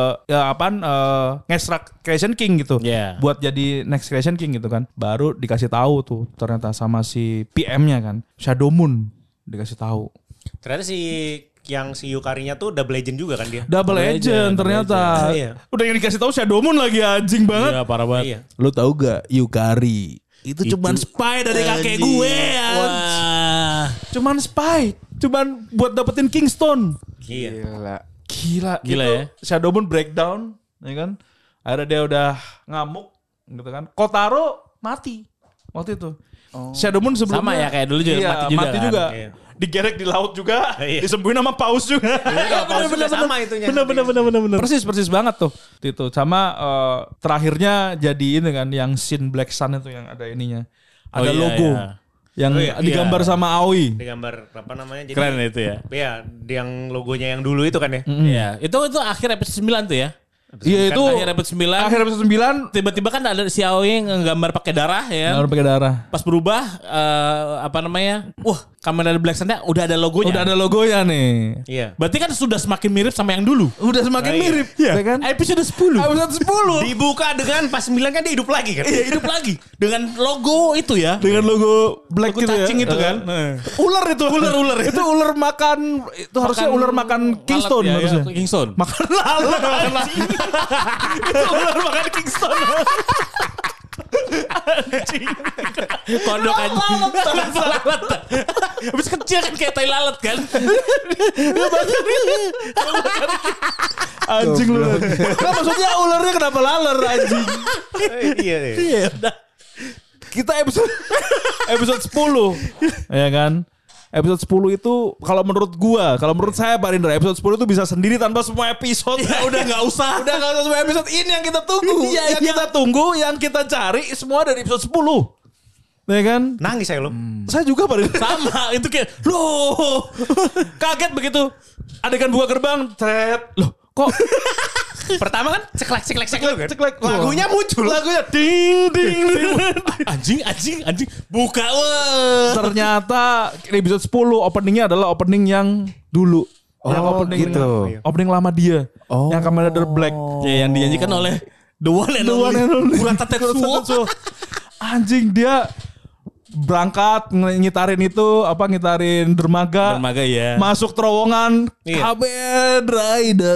nge-extract Creation King gitu. Yeah. Buat jadi next Creation King gitu kan. Baru dikasih tahu tuh ternyata sama si PM-nya kan, Shadow Moon dikasih tahu. Ternyata si Yukarinya tuh double agent juga kan dia. Double agent ternyata. Iya. Udah yang dikasih tahu Shadow Moon lagi anjing banget. Iya parah banget. Iya. Lu tahu gak Yukari itu cuman spy dari kakek gue. Wah. Cuman spy, cuman buat dapetin Kingston. Iya. Gila Gila itu ya. Shadow Moon breakdown, ya kan? Akhirnya dia udah ngamuk, gitu kan? Kotaro mati waktu itu. Shadow Moon sebelumnya Sama ya kayak dulu juga mati juga kan? Iya. Digerek di laut juga, Iya. disembuhin sama paus juga. Paus juga sama itunya. Bener. Persis banget tuh. Itu sama terakhirnya jadi ini kan yang scene Black Sun itu yang ada ininya. Ada logo. Iya. Yang digambar sama Aoi. Digambar apa namanya? Jadi, Keren itu ya. Iya, yang logonya yang dulu itu kan ya. Iya. Itu akhir episode 9 tuh ya. Iya itu akhir episode 9. Akhir episode 9 Tiba-tiba kan ada si Aoi nggambar pakai darah ya. Gambar pakai darah. Pas berubah wah, Kamen Rider Black Sun-nya udah ada logonya. Udah ada logonya nih. Iya. Berarti kan sudah semakin mirip sama yang dulu. Udah semakin mirip, Iya. ya kan? Episode 10. Episode 10. Dibuka dengan pas 9 kan dia hidup lagi kan. Iya, hidup lagi dengan logo itu ya. Dengan logo black Logo gitu ya. cacing itu kan. Ular itu. Ular. Itu ular makan, itu harusnya ular makan Kingston lalat ya, harusnya. ya, Kingston. Makan lalat. Itu ular makan Kingston. Kodok anjing. Lalat. Habis kecil kan kayak tai lalat kan. Anjing lu. Nah, maksudnya ularnya kenapa laler anjing? Iya. Iya, udah. Kita episode 10. Ya kan? Episode 10 itu kalau menurut saya Pak Rindra, episode 10 itu bisa sendiri tanpa semua episode. Ya udah enggak usah. Udah gak usah semua episode, ini yang kita tunggu. Kita tunggu, yang kita cari semua dari episode 10. Ya kan? Nangis saya lo. Saya juga Pak Rindra. Sama, itu kayak loh. Kaget begitu. Adegan buka gerbang, tret. Loh, kok Pertama kan ceklek kan. ceklek. Lagunya muncul. Lagunya ding. Anjing. Buka wah. Ternyata episode 10 openingnya adalah opening yang dulu. Yang opening gitu. Opening lama dia. Yang Kamen Rider Black. Ya, yang dinyanyikan oleh The One and Only Murata Tetsuo. Anjing, dia berangkat ngitarin ngitarin dermaga. Dermaga ya. Masuk terowongan. Iya. Kamen Rider.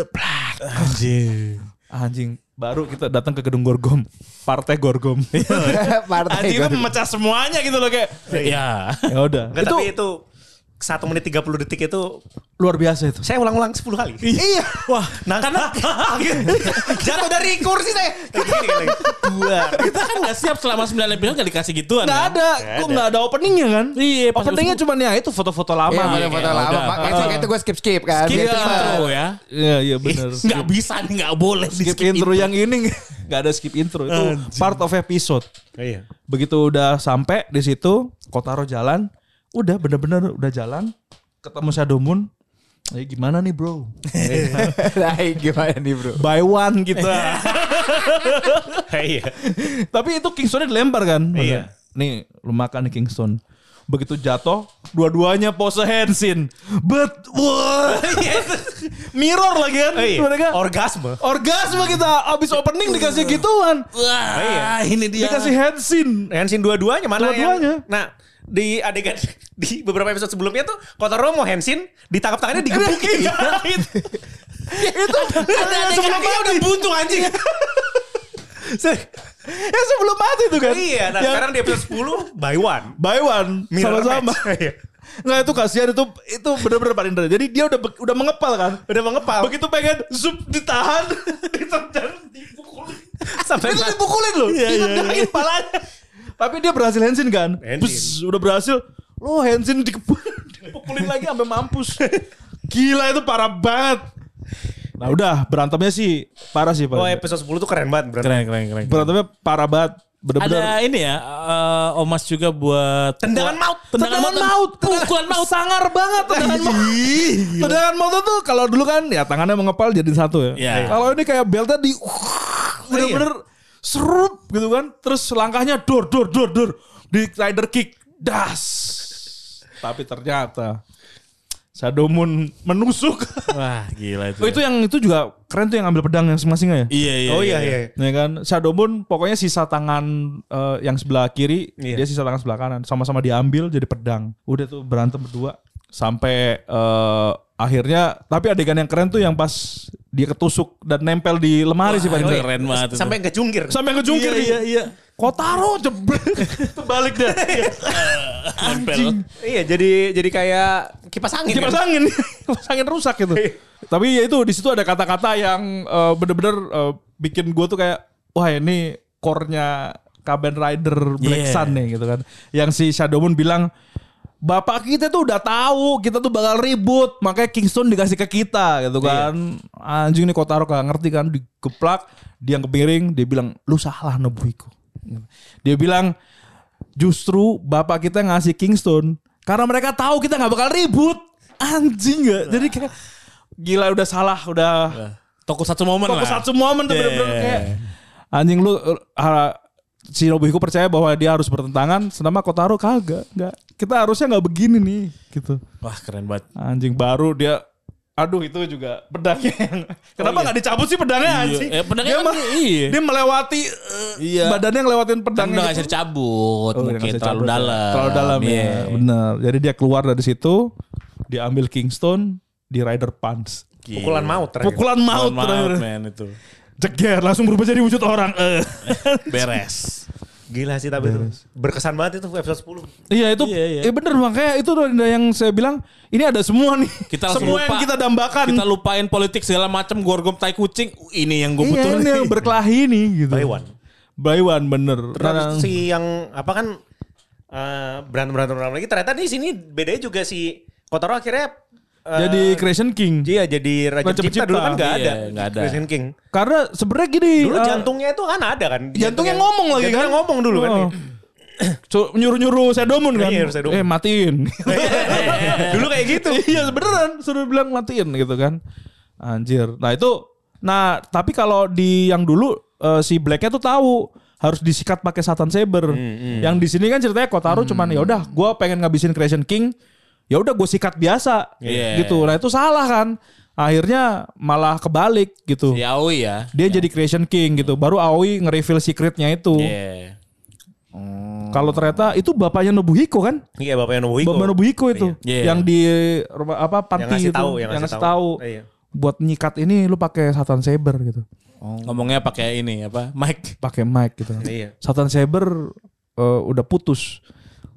Anjing. Baru kita datang ke gedung Gorgom. Partai Gorgom. Partai Anjing itu Gorgom. memecah semuanya gitu loh kayak. Ya. Ya udah. Tapi itu 1 menit 30 detik itu Luar biasa itu. saya ulang-ulang 10 kali. Iya. Wah, nah karena jatuh dari kursi saya. Gini. 2. Kita kan gak siap selama 9 episode gak dikasih gituan Nggak kan? ada. Kok nggak ada openingnya kan? Iya, pas Openingnya cuma ya itu foto-foto lama. Iya, foto lama. udah. Makanya itu gue skip kan. Skip Biar cepet. intro ya. Iya benar. Gak bisa nih, gak boleh di Skip intro yang ini nggak ada skip intro itu part of episode. Iya. Begitu udah sampai di situ, Kotaro jalan, udah bener-bener udah jalan, ketemu Shadow gimana nih bro? Nah, gimana nih bro? Buy one kita. Iya. Tapi itu Kingstonnya dilempar kan? Iya. Nih lu makan nih Kingston. Begitu jatuh, dua-duanya pose Henshin. Wah. Mirror lagi kan? Iya. Mereka Orgasme kita abis opening dikasih gituan. Wah, ini dia. Dikasih Henshin. Henshin dua-duanya mana Dua-duanya. yang... Nah, di adegan di beberapa episode sebelumnya tuh Kotaro mau Henshin, ditangkap tangannya digebukin. Itu Ada sebelum dia udah buntu anjing. ya sebelum mati tuh kan? Iya, nah sekarang di episode 10 buy one. Mirror sama-sama. match. Iya. Nggak itu kasihan itu bener-bener Pak Indra. Jadi dia udah mengepal kan? Udah mengepal. Begitu pengen zoom ditahan, diterjang, dipukulin. Sampai Itu dipukulin loh. Ditendangin palanya. Tapi dia berhasil Henshin kan? Henshin. Bus, udah berhasil. Lo Henshin dipukulin lagi sampai mampus. Gila itu parah banget. Nah udah berantemnya sih parah sih Pak. Oh episode 10 tuh keren banget berantem. Keren. Berantemnya parah banget. Bener-bener. Ada ini ya, omas juga buat Tendangan maut. Pukulan maut. Sangar banget tendangan maut. Tendangan maut tuh kalau dulu kan ya tangannya mengepal jadi satu ya. Iya. Kalau ini kayak beltnya di bener-bener serup gitu kan. Terus langkahnya dor. Di rider kick. Das. Tapi ternyata Shadow Moon menusuk. Wah gila itu. Oh itu yang itu juga keren tuh yang ambil pedang yang masing-masing ya. Iya. Oh iya. Ya kan Shadow Moon pokoknya sisa tangan yang sebelah kiri, Iya. dia sisa tangan sebelah kanan, sama-sama diambil jadi pedang. Udah tuh berantem berdua sampai akhirnya. Tapi adegan yang keren tuh yang pas dia ketusuk dan nempel di lemari sih Pak Indra. Keren banget. itu. Sampai ngejungkir. Sampai ngejungkir. Iya. Kotaro jebret. Terbalik dah. Nempel. Iya jadi kayak kipas angin. Kipas angin. Kipas angin rusak gitu. Tapi ya itu di situ ada kata-kata yang bener-bener bikin gue tuh kayak wah ini core-nya Kamen Rider Black Sun nih gitu kan. Yang si Shadow Moon bilang bapak kita tuh udah tahu kita tuh bakal ribut, makanya Kingston dikasih ke kita gitu kan. Anjing nih Kotaro gak ngerti kan, digeplak, dia kepiring, dia bilang lu salah Nobuhiko. Dia bilang justru bapak kita ngasih Kingston karena mereka tahu kita nggak bakal ribut. Anjing gak? Jadi kayak gila udah salah udah. Tokusatsu momen lah. Tokusatsu momen tuh bener-bener kayak anjing lu. Si Nobuhiko percaya bahwa dia harus bertentangan, sedangkan Kotaro kagak. Nggak. Kita harusnya nggak begini nih, gitu. Wah keren banget. Anjing baru dia, aduh itu juga pedangnya. Kenapa nggak dicabut sih pedangnya anjing? Pedangnya Dia kan dia melewati badannya ngelewatin pedangnya. Nggak bisa dicabut, Oh, mungkin nggak bisa terlalu cabut. dalam. Terlalu dalam Iya. ya, benar. Jadi dia keluar dari situ, dia ambil Kingston, di Rider Punch. Pukulan maut terakhir. Pukulan maut terakhir. men itu. Jeger, langsung berubah jadi wujud orang. Beres. Gila sih tapi itu. Berkesan banget itu episode 10. Iya itu, bener makanya itu yang saya bilang ini ada semua nih. Kita langsung semua lupa. yang kita dambakan. Kita lupain politik segala macam, gorgom tai kucing. Ini yang gue Iya butuh ini nih. yang berkelahi nih gitu. By one bener. Terus si yang apa kan berantem lagi ternyata di sini bedanya juga si Kotaro akhirnya jadi Creation King. Iya jadi Raja Raja Pencipta dulu kan Iya, nggak ada. nggak ada. Creation King. Karena sebenarnya gini. Dulu jantungnya itu kan ada kan. Jantungnya ngomong lagi kan. Jantungnya ngomong dulu kan. Nyuruh-nyuruh Shadow Moon kan. Iya, Shadow Moon. Matiin. Dulu kayak gitu. Iya beneran suruh bilang matiin gitu kan. Anjir. Nah tapi kalau di yang dulu si Blacknya tuh tahu harus disikat pakai Satan Saber. Yang di sini kan ceritanya Kotaro cuman ya udah gue pengen ngabisin Creation King. Ya udah gue sikat biasa gitu. Nah itu salah kan. Akhirnya malah kebalik gitu. Si Aoi ya. Dia jadi Creation King gitu. Baru Aoi nge-reveal secretnya itu. Iya. Kalau ternyata itu bapaknya Nobuhiko kan? Iya bapaknya Nobuhiko. Bapak Nobuhiko itu. Iya. Yang di apa panti ngasih itu. tahu, yang ngasih tahu. Iya. Buat nyikat ini lu pakai Satan Saber gitu. Ngomongnya pakai ini apa? Mic. Pakai mic gitu. Iya. Satan Saber udah putus.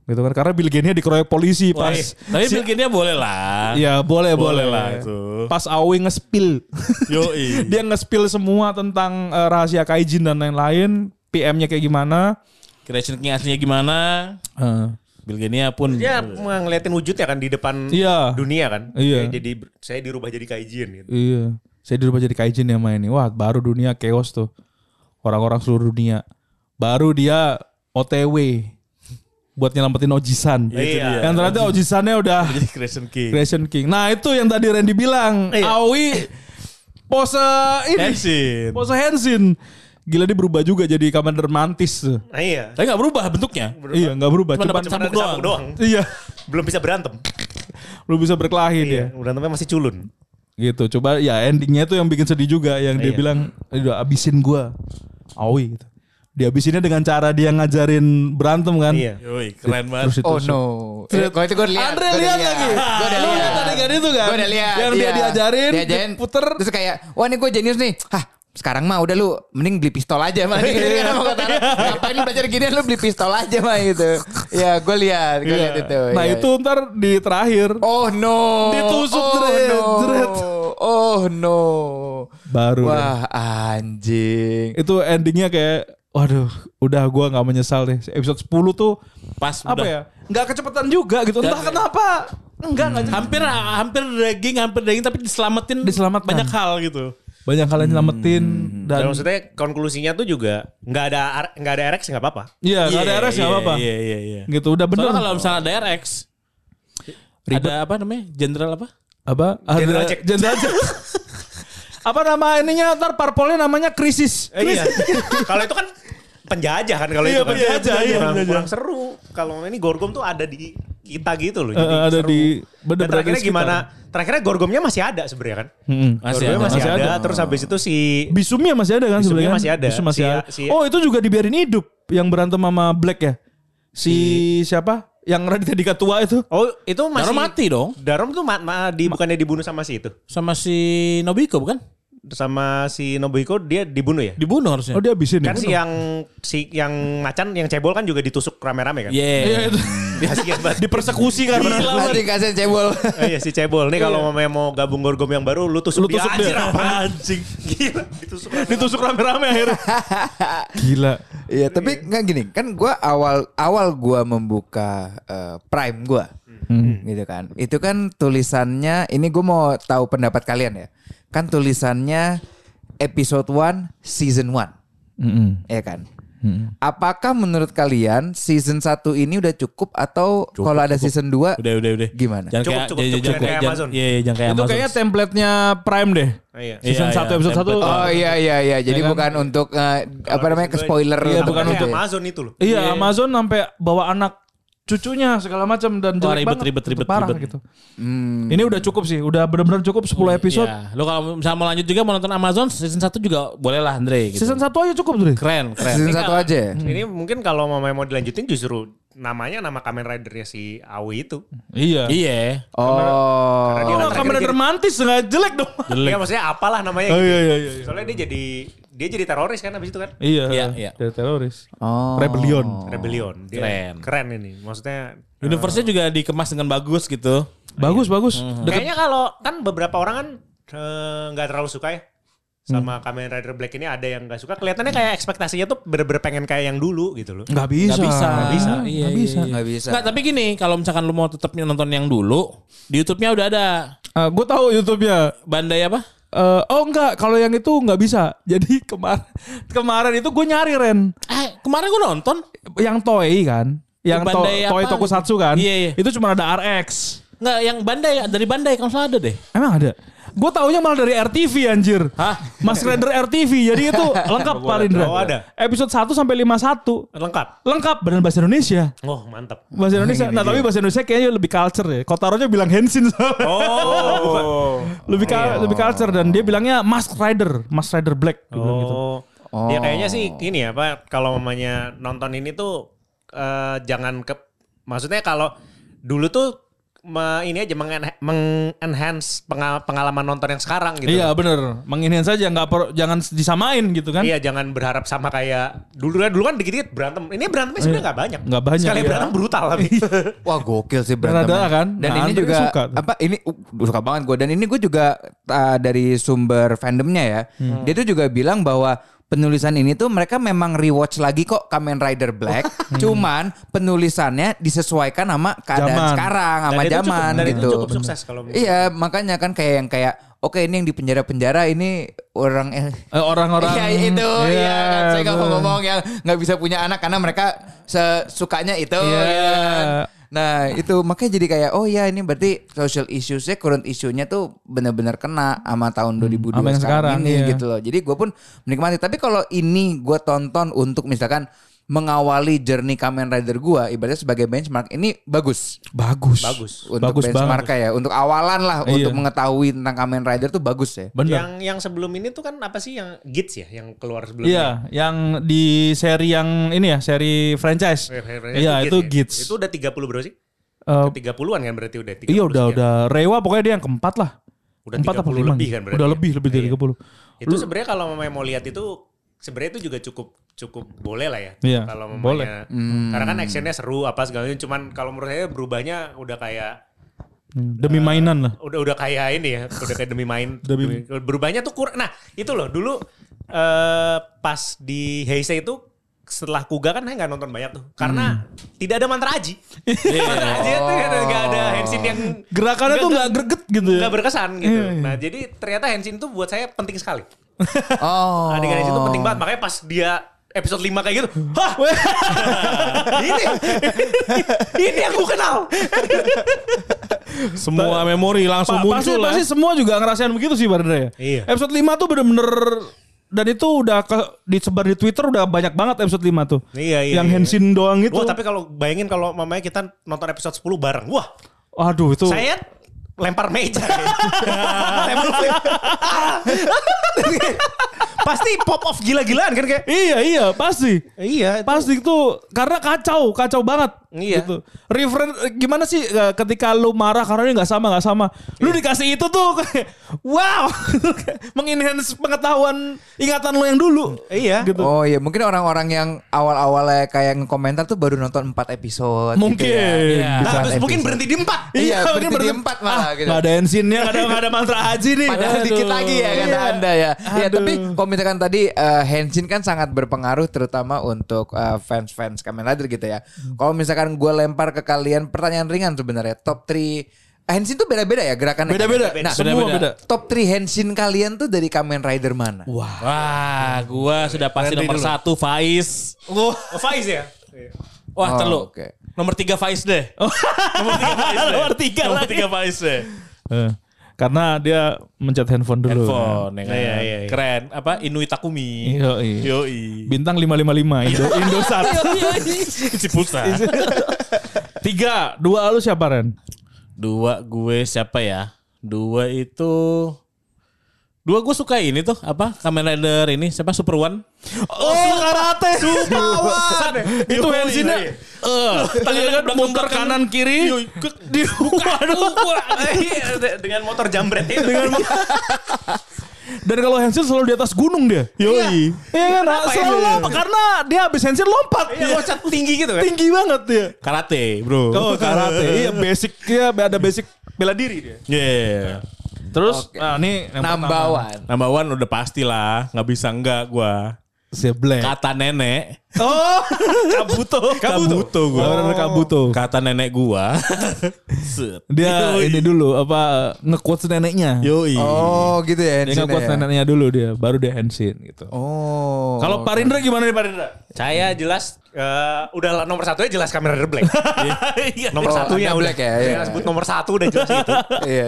gitu kan, karena Bill Gaines dikeroyok polisi pas. Tapi Bill Gaines boleh lah. Ya boleh lah itu. Pas Aoi nge-spill. Dia nge-spill semua tentang rahasia Kaijin dan lain-lain. PM-nya kayak gimana. Creation King aslinya gimana. Bill Gaines pun. Dia ngeliatin wujudnya kan di depan dunia kan. Iya. Jadi saya dirubah jadi Kaijin gitu. Iya. Saya dirubah jadi Kaijin ya main ini. Wah baru dunia chaos tuh. Orang-orang seluruh dunia. Baru dia OTW. Buat nyelamatin Ojisan. Iya. Yang ternyata Ojisannya udah jadi Creation King. Nah itu yang tadi Randy bilang. Aoi pose ini. Pose Henshin. Gila dia berubah juga jadi Commander Mantis tuh. Nah, iya. Tapi gak berubah bentuknya. Iya gak berubah. Cuma Cuma sabuk doang. Iya. Belum bisa berantem. Belum bisa berkelahi dia. Berantemnya masih culun. Gitu. Coba ya endingnya tuh yang bikin sedih juga. Yang dia bilang udah abisin gua. Aoi gitu. Dihabisinnya dengan cara dia ngajarin berantem kan. Iya. Yoi, keren banget. Oh no. Kalau itu gue lihat. Andre lihat lagi. Gue udah lihat. Tadi kan itu kan. Gue udah lihat. Yang dia diajarin puter. Terus kayak, wah ini gue jenius nih. Hah, sekarang mah udah lu mending beli pistol aja mah. Ngapain lu belajar gini, lu beli pistol aja mah gitu. Ya gue lihat itu. Nah itu ntar di terakhir. Oh no. Ditusuk Dret. Oh no. Baru. Wah anjing. Itu endingnya kayak waduh, udah gue nggak menyesal deh. Episode 10 tuh Pas apa udah. ya? Nggak kecepatan juga gitu. Entah kenapa. Enggak. Hampir dragging tapi Diselamatkan. banyak hal gitu. Banyak hal yang nyelamatin Dan dan maksudnya konklusinya tuh juga nggak ada RX nggak apa-apa. iya nggak ada RS nggak apa-apa. Iya. Gitu udah bener. Soalnya kalau misalnya ada RX, ada apa namanya? Jenderal apa? Apa? Jenderal Ada Jack. Jenderal Jack. Apa nama ininya? Ntar parpolnya namanya krisis. Iya. Kalau itu kan penjajah kan kalau Iya, itu kan. penjajah, iya, penjajah. Kurang seru. Kalau ini Gorgom tuh ada di kita gitu loh. Ada seru. di Dan terakhirnya gimana? Terakhirnya Gorgomnya masih ada sebenarnya kan. Gorgomnya masih ada. Terus habis itu si Bisumnya masih ada kan Bisumnya sebenarnya? masih ada. Bisum masih ada. Oh itu juga dibiarin hidup yang berantem sama Black ya. Siapa? Yang Raditya Dika tua itu. Oh itu masih. Darom mati dong. Darom tuh bukannya dibunuh sama si itu. Sama si Nobiko bukan? Sama si Nobuhiko dia dibunuh ya? Dibunuh harusnya. Oh dia habisin Kan ya? si yang macan yang cebol kan juga ditusuk rame-rame kan? Iya. Kasihan banget. Dipersekusi kan. Nanti kasih cebol. Iya si cebol. Nih kalau mau gabung Gorgom yang baru lu tusuk dia. dia. Anjing. Gila Ditusuk rame-rame akhirnya. Gila. Iya, tapi nggak gini, kan gue awal gue membuka Prime gue, gitu kan. Itu kan tulisannya, ini gue mau tahu pendapat kalian ya. Kan tulisannya episode 1 season 1, ya kan. Apakah menurut kalian season 1 ini udah cukup atau kalau ada season 2 Udah. gimana? Jangan Cukup. Kayak Amazon. Iya, jangan kayak Itu Amazon. kayaknya template-nya Prime deh. Iya. Season 1 episode 1. Oh iya. Jadi Ya kan? bukan untuk apa namanya ke spoiler. Iya, bukan Kayak untuk Amazon itu loh. Iya, Amazon sampai bawa anak cucunya segala macam dan jelek banget. ribet, parah ribet. gitu. Ini udah cukup sih, udah benar-benar cukup 10 episode. Iya. Lo kalau misalnya mau lanjut juga mau nonton Amazon season 1 juga boleh lah Andre gitu. Season 1 aja cukup tuh. Keren. Season 1 aja. Ini mungkin kalau mau dilanjutin justru namanya nama Kamen Rider-nya si Aoi itu. Iya. Iya. Oh. Karena dia Oh, kan Kamen Rider mantis nggak jelek dong. Iya maksudnya apalah namanya Oh gitu. iya. Soalnya dia jadi teroris kan abis itu kan. Iya. Iya. Dari teroris. Oh. Rebellion. Dia Keren ini. Maksudnya Universe-nya juga dikemas dengan bagus gitu. Bagus. kayaknya kalau kan beberapa orang kan nggak terlalu suka ya sama Kamen Rider Black ini, ada yang nggak suka. Kelihatannya kayak ekspektasinya tuh bener-bener pengen kayak yang dulu gitu loh. Nggak bisa. Iya, Nggak bisa. Nggak bisa. Nggak, tapi gini, kalau misalkan lu mau tetap nonton yang dulu, di YouTube-nya udah ada. Gue tahu YouTube-nya. Bandai apa? Oh enggak, kalau yang itu nggak bisa. Jadi kemarin itu gue nyari Ren. Kemarin gue nonton. Yang toy kan. Yang Bandai toy apa? Tokusatsu kan. Iya. Itu cuma ada RX. Nggak, yang Bandai, dari Bandai kalau salah ada deh. Emang ada? Gue taunya malah dari RTV anjir. Hah? Mas Rider RTV. Jadi itu lengkap Pak Rindra. Oh, ada. Episode 1 sampai 51. Lengkap. Lengkap benar bahasa Indonesia. Oh mantap. Bahasa Indonesia. Nah tapi bahasa Indonesia kayaknya lebih culture ya. Kotaronya bilang Henshin. Oh. lebih culture dan dia bilangnya Mask Rider Black. Dia bilang gitu. Ya kayaknya sih ini ya Pak, kalau mamanya nonton ini tuh jangan maksudnya kalau dulu tuh ini aja mengenhance pengalaman nonton yang sekarang gitu. Iya bener, mengenhance saja, jangan disamain gitu kan. Iya, jangan berharap sama kayak dulu kan dikit-dikit berantem. Ini berantemnya sebenarnya nggak banyak. Nggak banyak. Sekali berantem brutal tapi. Wah gokil sih berantemnya. Kan? Dan ini juga suka ini suka banget gue. Dan ini gue juga dari sumber fandomnya ya. Dia tuh juga bilang bahwa penulisan ini tuh mereka memang rewatch lagi kok Kamen Rider Black. Cuman penulisannya disesuaikan sama keadaan sekarang, sama zaman gitu. Itu cukup sukses kalau iya, makanya kan kayak oke ini yang di penjara ini orang-orang iya itu iya kan saya nggak mau ngomong yang nggak bisa punya anak karena mereka sukanya itu. Iya. Nah itu makanya jadi kayak oh ya ini berarti social issues-nya, current issue-nya tuh benar-benar kena sama tahun 2002 sekarang ini gitu loh. Jadi gue pun menikmati. Tapi kalau ini gue tonton untuk misalkan mengawali journey Kamen Rider gue, ibaratnya sebagai benchmark, ini bagus. Untuk bagus benchmarknya ya, untuk awalan lah untuk mengetahui tentang Kamen Rider tuh bagus ya. Bener. Yang sebelum ini tuh kan apa sih yang Gits ya, yang keluar sebelumnya? Iya, yang di seri yang ini ya, seri franchise. Iya, itu Gits. Itu udah 30 bro sih? 30-an kan berarti udah 30. Iya, udah Rewa pokoknya dia yang keempat lah. Udah 30 lebih kan berarti. Udah lebih dari 30. Itu sebenarnya kalau mau lihat itu sebenarnya itu juga cukup boleh lah ya. Iya, kalau boleh. Karena kan actionnya seru apa segala macam. Cuman kalau menurut saya berubahnya udah kayak demi mainan lah. Udah kayak ini ya, udah kayak demi main. Berubahnya tuh kurang. Nah itu loh dulu pas di Heisei itu setelah Kuga kan saya nggak nonton banyak tuh karena tidak ada mantra aji. Mantra aji itu nggak ada Henshin yang gerakannya tuh nggak greget gitu ya. Nggak berkesan gitu. Nah jadi ternyata Henshin tuh buat saya penting sekali. Adegan itu penting banget. Makanya pas dia episode 5 kayak gitu. Hah? ini aku kenal. Semua memori langsung muncul lah. Pasti semua juga ngerasain begitu sih Barda ya. Iya. Episode 5 tuh bener-bener. Dan itu udah disebar di Twitter udah banyak banget episode 5 tuh. Iya. Yang Henshin doang itu. Wah tapi kalau bayangin kalau mamanya kita nonton episode 10 bareng. Wah. Aduh itu. Saya lempar meja. Table flip. Pasti pop off gila-gilaan kan kayak. Iya pasti. Iya. Pasti itu karena kacau banget. Iya. Gitu. Gimana sih ketika lu marah karena ini nggak sama. Lu dikasih itu tuh kayak wow, mengenhance pengetahuan ingatan lu yang dulu. Iya. Gitu. Oh iya, mungkin orang-orang yang awal-awalnya kayak ngekomentar tuh baru nonton 4 episode. Mungkin. Gitu ya. Nah, terus mungkin berhenti di 4. Iya, berhenti di 4 malah gitu. Gak ada Henshinnya, gak ada mantra haji nih. Padahal dikit lagi ya kata Anda ya. Ya tapi kalau misalkan tadi Henshin kan sangat berpengaruh terutama untuk fans-fans Kamen Rider gitu ya. Kalau misalkan gue lempar ke kalian pertanyaan ringan sebenarnya, top 3 Henshin tuh beda-beda ya gerakannya. Beda-beda. Nah, semua beda. Top 3 Henshin kalian tuh dari Kamen Rider mana? Wah, gua sudah pasti nomor 1 Faiz. Faiz ya? Wah, terlalu. Okay. Nomor 3 Faiz deh. Nomor 3 Faiz deh. Karena dia mencet handphone dulu. Handphone, ya kan? Iya. Keren. Apa? Inui Takumi. Yoi. Bintang 555. Indosat. Si pulsa. 3. 2 lu siapa Ren? 2 gue siapa ya? 2 gue suka ini tuh apa Kamen Rider ini siapa Super One. Oh karate Super One. Itu Henshinnya tangannya muter kanan kiri dengan motor jambret itu. Dan kalau Henshin selalu di atas gunung dia. Yoi. Iya kan? Selalu lompat karena dia habis Henshin lompat. Iya, loncat tinggi gitu kan. Tinggi banget dia. Karate, bro. Oh, karate. Iya, basicnya ada basic bela diri dia. Yeah. Terus ini Number one udah pasti lah, nggak bisa enggak gua. Si Black. Kata nenek. Oh, Kabuto gua. Kabuto. Kata nenek gua. Dia ini dulu apa nge-quotes neneknya. Yoi. Oh, gitu ya. Dia nge-quotes neneknya dulu dia, baru dia Henshin gitu. Oh. Kalau Pak Rindra gimana nih Pak Rindra? Saya jelas udah nomor 1-nya jelas Kamen Rider Black. Nomor 1-nya Black ya. Saya sebut nomor 1 udah jelas gitu. Iya.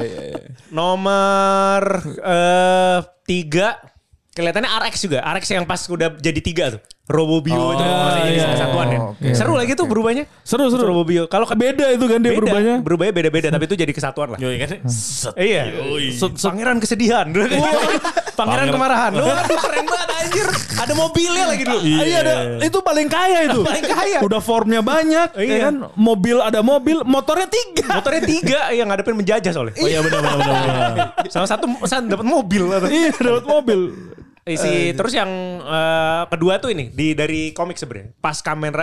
Nomor 3 kelihatannya RX juga. RX yang pas udah jadi 3 tuh. Robobio itu masih jadi kesatuan ya. Seru lagi tuh berubahnya. Seru. Robobio. Kalau Beda itu kan dia berubahnya. Berubahnya beda-beda tapi itu jadi kesatuan lah. Iya. Pangeran kesedihan. Pangeran kemarahan. Waduh keren banget anjir. Ada mobilnya lagi dulu. Iya ada. Itu paling kaya itu. Paling kaya. Udah formnya banyak. Ya kan. Mobil ada mobil. Motornya 3. Motornya 3 yang ngadepin menjajah soalnya. Oh iya benar. Salah satu dapat mobil. Iya dapat mobil. Terus yang kedua tuh ini dari komik sebenarnya. Pas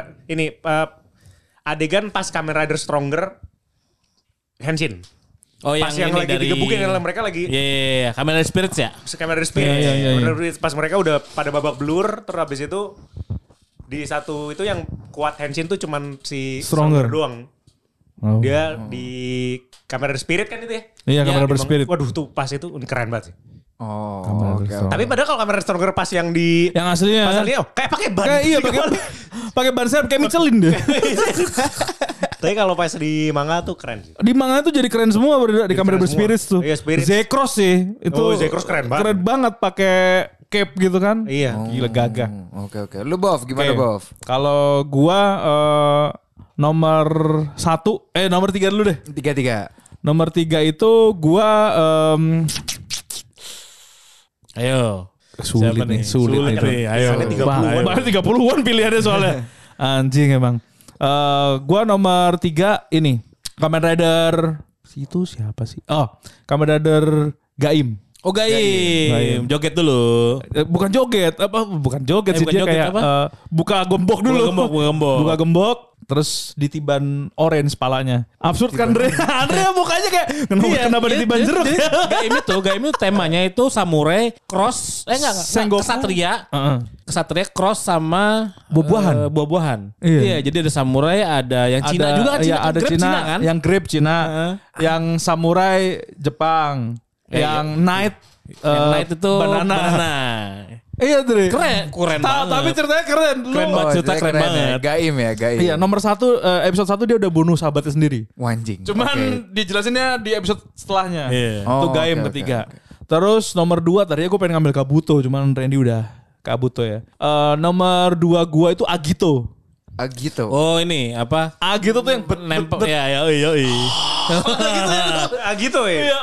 adegan pas Kamen Rider Stronger Henshin. Oh pas yang lagi dari... digebukin mereka lagi. Iya, Kamen Rider Spirits ya. Kamen Rider Spirits. Iya. Pas mereka udah pada babak belur, terus habis itu di satu itu yang kuat Henshin tuh cuman si Stronger doang. Oh. Dia di Kamen Rider Spirit kan itu ya? Iya, Kamen Rider Spirit. Waduh tuh pas itu keren banget sih. Oh, oke. Tapi padahal kalau Kamen Rider Stronger pas yang aslinya pas aslinya kayak pakai ban. Pakai ban serep kayak Michelin deh. Tapi kalau pas di manga tuh keren sih. Di manga tuh jadi keren semua di Kamen Rider Spirits tuh. Iya, Spirits. Zekross sih. Itu Zekross keren banget. Keren banget pakai cape gitu kan. Iya. Gila gagah. Oke. Lu Bof, gimana Bof? Kalau gua nomor 3 dulu deh. 3. Nomor 3 itu gua Ayo. Sulit nih. Ayo. 30-an pilihannya soalnya. Anjing emang. Gua nomor 3 ini. Kamen Rider. Itu siapa sih? Oh, Kamen Rider Gaim. Oh Gaim. Joget dulu. Bukan joget. Bukan joget sih. Bukan Dia joget, kayak apa? buka gembok dulu. Buka gembok. Terus ditiban orange palanya. Absurd kan Andre? Andre mukanya kayak kenapa ditiban jeruk? Gaim itu temanya itu samurai cross Sengoku. Kesatria cross sama buah-buahan. Iya. Jadi ada samurai, ada yang Cina juga kan. Iya, ada Cina kan? yang grape Cina, yang samurai Jepang, yang knight Knight itu banana. Iya Dre. Keren banget. Tapi ceritanya keren. Keren banget, cerita keren banget. Gaim. Iya, nomor 1 episode 1 dia udah bunuh sahabatnya sendiri. Wanjing. Cuman dijelasinnya di episode setelahnya. Iya. Itu Gaim ketiga. Terus nomor 2 tadinya gue pengen ngambil Kabuto, cuman Randy udah Kabuto ya. Nomor 2 gua itu Agito. Agito. Oh ini apa? Agito tuh yang nempel. Iya. Agito ya.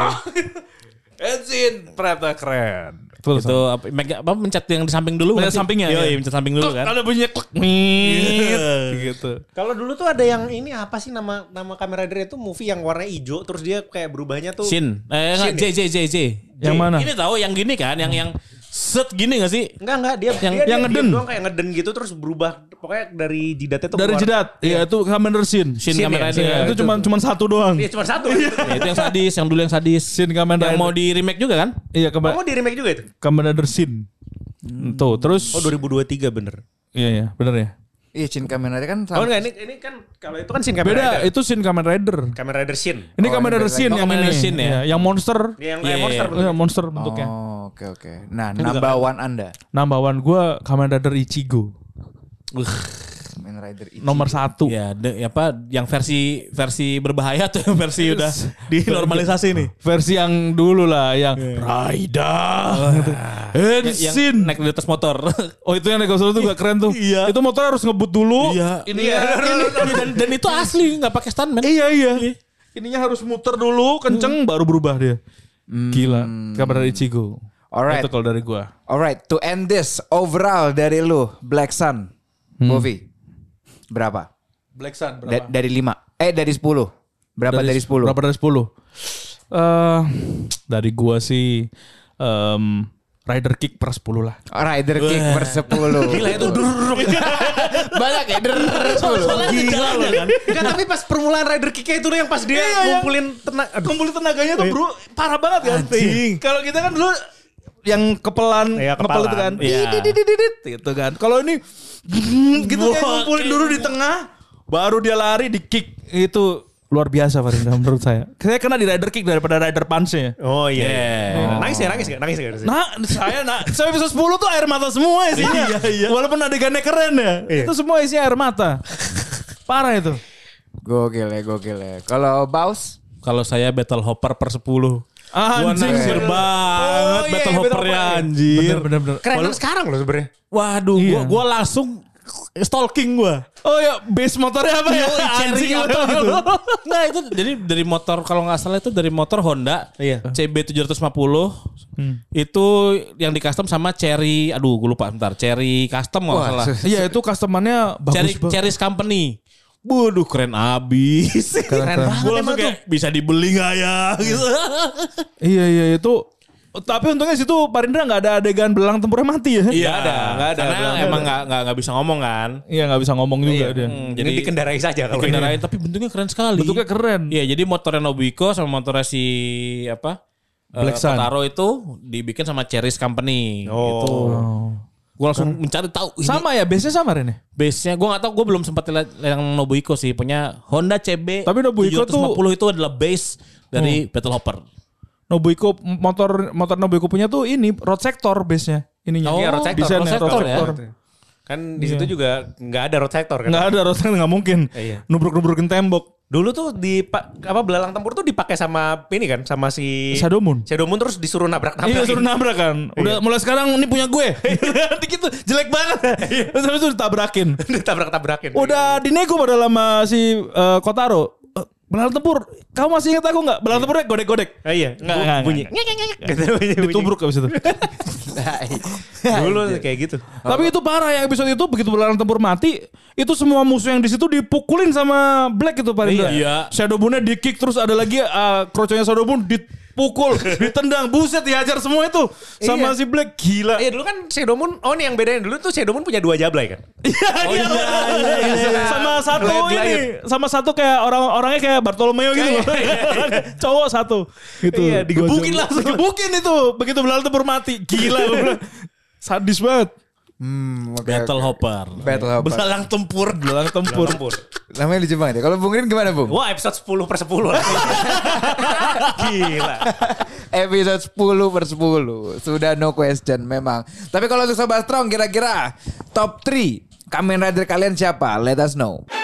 Enzin, ternyata keren. Itu apa mencet yang di samping dulu? Mencet sampingnya. Iya, mencet samping dulu kan. Ada bunyinya klek gitu. Kalau dulu tuh ada yang ini apa sih nama Kamen Rider itu movie yang warna hijau terus dia kayak berubahnya tuh Shin. J. Yang mana? Ini tahu yang gini kan, yang set gini gak sih? Enggak dia yang ngeden doang kayak ngeden gitu terus berubah pokoknya dari jidatnya tuh dari jidat. Iya itu Kamen Rider Shin Kamen Rider. Itu cuma satu doang. Iya cuma satu. Ya, itu yang sadis, yang dulu yang sadis. Shin Kamen Rider. Yang mau di remake juga kan? Iya mau di remake juga itu. Kamen Rider Shin. Tuh terus. Oh 2023 bener. Iya bener ya. Iya Shin Kamen Rider kan. Oh enggak ini kan kalau itu kan Shin Kamen Rider. Beda itu Shin Kamen Rider. Kamen Rider Shin. Ini Kamen Rider Shin yang ini. Shin ya. Yang monster. Yang monster bentuknya. Iya monster bentuknya. Oh oke. Nah number one Anda. Number one gue Kamen Rider Ichigo. Kamen Rider Ichigo. Nomor 1. Ya, yang versi berbahaya tuh versi udah dinormalisasi nih. Versi yang dulu lah yang Raida. Yang naik di atas motor. Oh itu yang naik motor itu gak keren tuh. Iya. Itu motor harus ngebut dulu. Iya. Dan itu asli nggak pakai stuntman. Iya. Ininya harus muter dulu kenceng baru berubah dia. Gila. Kamen Rider Ichigo. Alright. Itu kalau dari gua. Alright, to end this overall dari lu Black Sun movie berapa? Black Sun berapa? Dari 5. Dari 10. Berapa dari 10? Berapa dari 10? Dari gua sih Rider Kick per 10 lah. Rider Kick per 10. Gila itu Banyak ya 10. Gila loh kan. Enggak tapi pas permulaan Rider Kick itu yang pas dia ngumpulin tenaganya tuh bro parah banget kan. Kalau kita kan dulu yang kepelan ngepel itu kan. Gitu kan. Kalau ini gitu kayak ngumpulin dulu di tengah baru dia lari di kick itu luar biasa Farinda menurut saya. Saya kena di Rider Kick daripada Rider Punch-nya. Oh iya. Nangis gak? Saya episode 10 tuh air mata semua isinya. Iya. Walaupun adegannya keren ya. Itu semua isinya air mata. Parah itu. Gokil ya. Kalau Baus? Kalau saya Battle Hopper per 10. Gua naksir banget Battle Hopper-nya anjir. Bener. Keren kan sekarang loh sebenarnya. Waduh, gua langsung stalking gua. Oh ya, base motornya apa ya? Cherry apa gitu. Nah itu jadi dari motor kalau nggak salah itu dari motor Honda CB 750 itu yang di custom sama Cherry. Aduh, gue lupa bentar. Cherry custom nggak salah. Iya itu customannya bagus banget. Cherry's Company. Waduh keren abis. Keren banget. Gue langsung kayak bisa dibeli gak ya gitu. Iya itu. Tapi untungnya situ Pak Rindra gak ada adegan belalang tempurnya mati ya. Iya nggak ada. Karena emang nggak bisa ngomong kan. Iya gak bisa ngomong juga dia. Jadi dikendarai saja kalau dikendarai tapi bentuknya keren sekali. Bentuknya keren. Iya jadi motornya Nobuiko sama motornya si Black Sun. Kotaro itu dibikin sama Cherry's Company. Gitu. Gue langsung mencari tahu. Sama ya, base-nya sama Ren ya? Base-nya gue gak tahu, gue belum sempat lihat yang Nobuiko sih. Punya Honda CB. Tapi Nobuiko 750 itu adalah base dari Battle Hopper. Nobuiko motor Nobuiko punya tuh ini road sector base-nya. Ininya. Iya, road sector. Desainnya, road sector ya. Kan di situ juga nggak ada road sector kan? Nggak ada road sector, nggak mungkin. Iya. Nubruk-nubrukin tembok. Dulu tuh belalang tempur tuh dipakai sama ini kan, sama si Shadow Moon terus disuruh nabrak-nabrak. Iya, suruh nabrak kan. Udah mulai sekarang ini punya gue. Nanti gitu jelek banget. Terus habis itu ditabrakin. Ditabrak-tabrakin. Udah dinego pada lama si Kotaro. Belalang tempur, kamu masih ingat aku nggak? Belalang tempurnya godek-godek. Iya, Nggak. bunyi. Ditubruk abis itu. Dulu kayak gitu. Tapi itu parah ya episode itu, begitu belalang tempur mati, itu semua musuh yang di situ dipukulin sama Black itu Pak Rindra. Iya. Shadow Moon-nya di kick, terus ada lagi kroconya Shadow Moon dipukul, ditendang, buset dihajar semua itu sama si Black, gila. Iya dulu kan Shadow Moon, nih yang bedain dulu tuh Shadow Moon punya 2 jablay kan. Iya. Sama satu ini, sama satu kayak orangnya kayak Bartolomeo gitu loh. Cowok satu. Gitu. Iya, digebukin langsung. Digebukin itu begitu belalang tempur mati. Gila. Sadis banget. Battle Hopper. Belalang tempur. Namanya lucu banget ya. Kalau Bung Rin gimana Bung? Wah episode 10/10 lah. Gila. Episode 10/10. Sudah no question memang. Tapi kalau untuk Sobat Strong kira-kira top 3 Kamen Rider kalian siapa? Let us know.